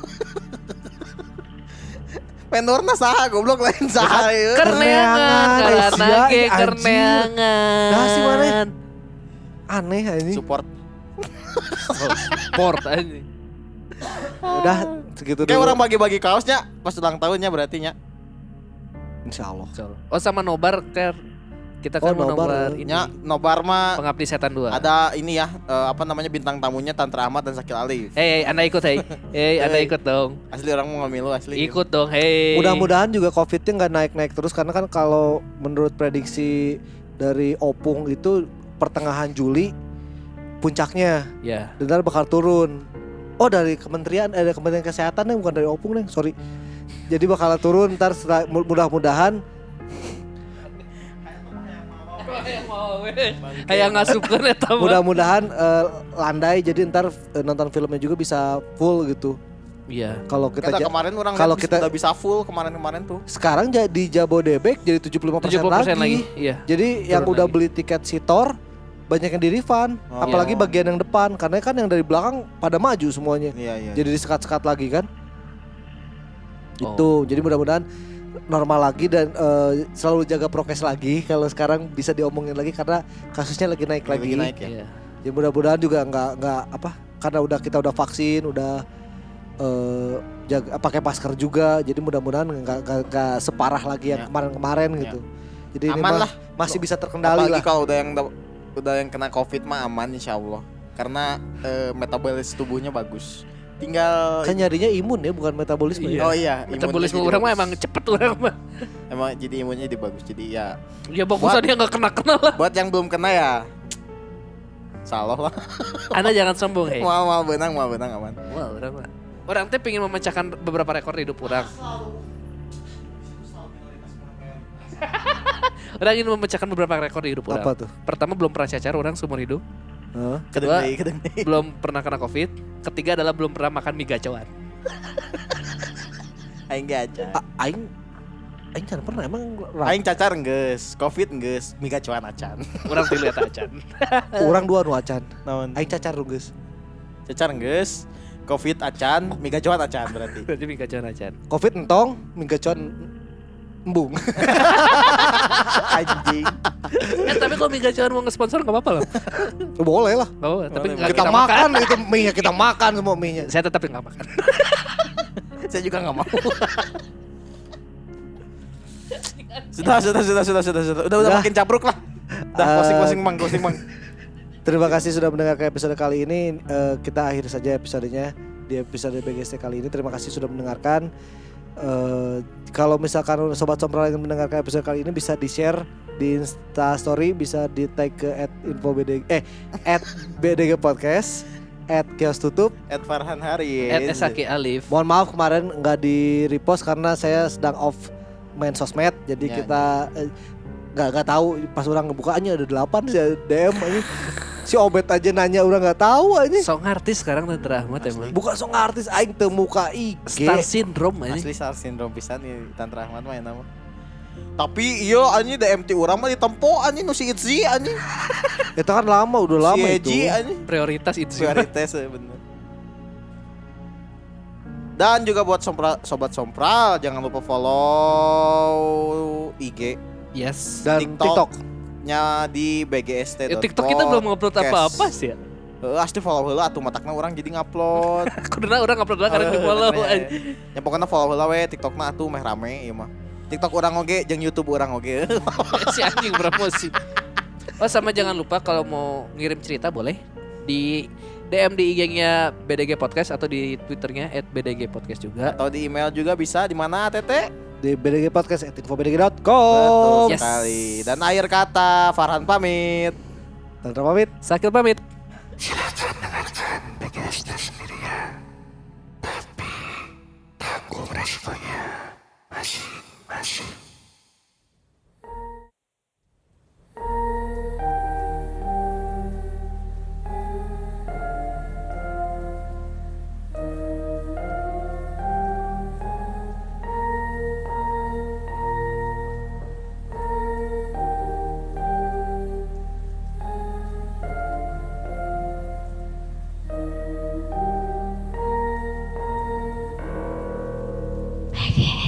Vendorna saha goblok lain saha. Kerneangan, karena ge kerneangan. Nah, si mana? Aneh ini. Support aja. Udah segitu dulu. Kayak orang bagi-bagi kaosnya pas ulang tahunnya berarti nya. Insyaallah. Oh sama nobar kita kan mau nobar ini. Ya, nobar mah Pengabdi Setan 2. Ada ini ya, bintang tamunya Tantra Ahmad dan Sakil Alif. Anda ikut Anda ikut dong. Asli orang mau ngamilu asli. Ikut dong, Mudah-mudahan juga Covid-nya nggak naik-naik terus karena kan kalau menurut prediksi dari Opung itu pertengahan Juli puncaknya. Ya. Dan bakal turun. Oh dari Kementerian Kesehatan nih bukan dari Opung nih, sorry. Jadi bakal turun ntar mudah-mudahan. Kayak ngasupkeun eta mah. Mudah-mudahan landai jadi ntar nonton filmnya juga bisa full gitu. Iya. Kalau kita kemarin orang udah bisa full kemarin tuh. Sekarang di Jabodebek jadi 75% lagi. Iya. Jadi yang udah beli tiket Sitor banyak yang di refund, apalagi bagian yang depan karena kan yang dari belakang pada maju semuanya. Iya. Jadi disekat-sekat lagi kan. Itu. Jadi mudah-mudahan normal lagi dan selalu jaga prokes lagi. Kalau sekarang bisa diomongin lagi karena kasusnya lagi naik lagi. Naik ya. Jadi mudah-mudahan juga nggak karena kita udah vaksin, udah pakai masker juga. Jadi mudah-mudahan nggak separah lagi yang kemarin-kemarin gitu. Jadi aman ini lah, masih bisa terkendali lah. Kalau udah yang kena Covid mah aman insyaallah. Karena metabolisme tubuhnya bagus. Tinggal kan nyarinya imun ya bukan metabolisme. Iya. Oh iya, metabolisme orang mah emang cepet orang mah. Emang jadi imunnya jadi bagus. Jadi ya. Ya bagusan dia enggak kena lah. Buat yang belum kena ya salah lah. Anda jangan sombong, Mau benang aman. Wah, orang teh pengen memecahkan beberapa rekor di hidup orang. Orang ingin memecahkan beberapa rekor di hidup orang. Apa tuh? Pertama, belum pernah cacar orang seumur hidup. Hah? Kedua, Kedeng deui. belum pernah kena covid. Ketiga adalah belum pernah makan mie gacoan. Aing ge aja. Aing can pernah emang Aing cacar geus, covid geus, miga cuan acan. Orang tilu eta acan. orang dua nu acan. Naon? Aing cacar dong geus. Cacar geus, covid acan, miga cuan acan berarti. Berarti mie gacoan acan. Covid entong, mingga cuan embung. Anjing. Tapi kalau mie gacoan mau nge-sponsor enggak apa-apa loh. Boleh lah. Enggak apa-apa, tapi Boleh, nggak Kita makan itu mie-nya kita makan semua mie-nya. Saya tetap enggak makan. Saya juga enggak mau. Sudah. Udah makin cabruk lah. Udah closing mang. Terima kasih sudah mendengarkan episode kali ini. Kita akhiri saja episodenya di episode BGST kali ini. Terima kasih sudah mendengarkan. Kalau misalkan Sobat Sompral yang mendengarkan episode kali ini bisa di-share di Instastory, bisa di-tag ke @BDG Podcast, @Kios Tutup. Farhan Haris. Esaki Alif. Mohon maaf kemarin nggak di-repost karena saya sedang off main sosmed. Jadi Ya, kita nggak tahu pas orang ngebukanya ada 8 sih DM ini. Si Obet aja nanya orang nggak tahu aja. Song artis sekarang Tante Rahmat emang. Bukan song artis aing teu muka IG. Star syndrome aja. Asli star syndrome pisan nih Tante Rahmat mah nama. Tapi iya anjing DMT urang mah ditempo anjing nu si Itzy anjing. Itu kan lama, udah lama Si itu. Eji anjing. Prioritas itu. Prioritas bener. Dan juga buat sobat Sompral jangan lupa follow IG Yes. Dan TikTok. nya di BGST. TikTok kita belum ngupload apa-apa sih ya. Asli follow heula atuh matakna orang jadi ngupload. Kuduna orang upload lah karena di follow. Ya pokoknya follow heula we TikTokna atuh meh rame ieu mah. TikTok orang oge jeung YouTube orang oge. Si anjing promosi. Oh sama jangan lupa kalau mau ngirim cerita boleh di DM di IG-nya BDG Podcast atau di Twitternya @BDG Podcast juga. Atau di email juga bisa di mana Tete? Di BDG Podcast @infobdg.com. Betul Yes. sekali. Dan akhir kata Farhan pamit. Tantra pamit. Sakil pamit. Silakan dengarkan BGST sendirian. Tapi tanggung resikonya masing-masing. BGST.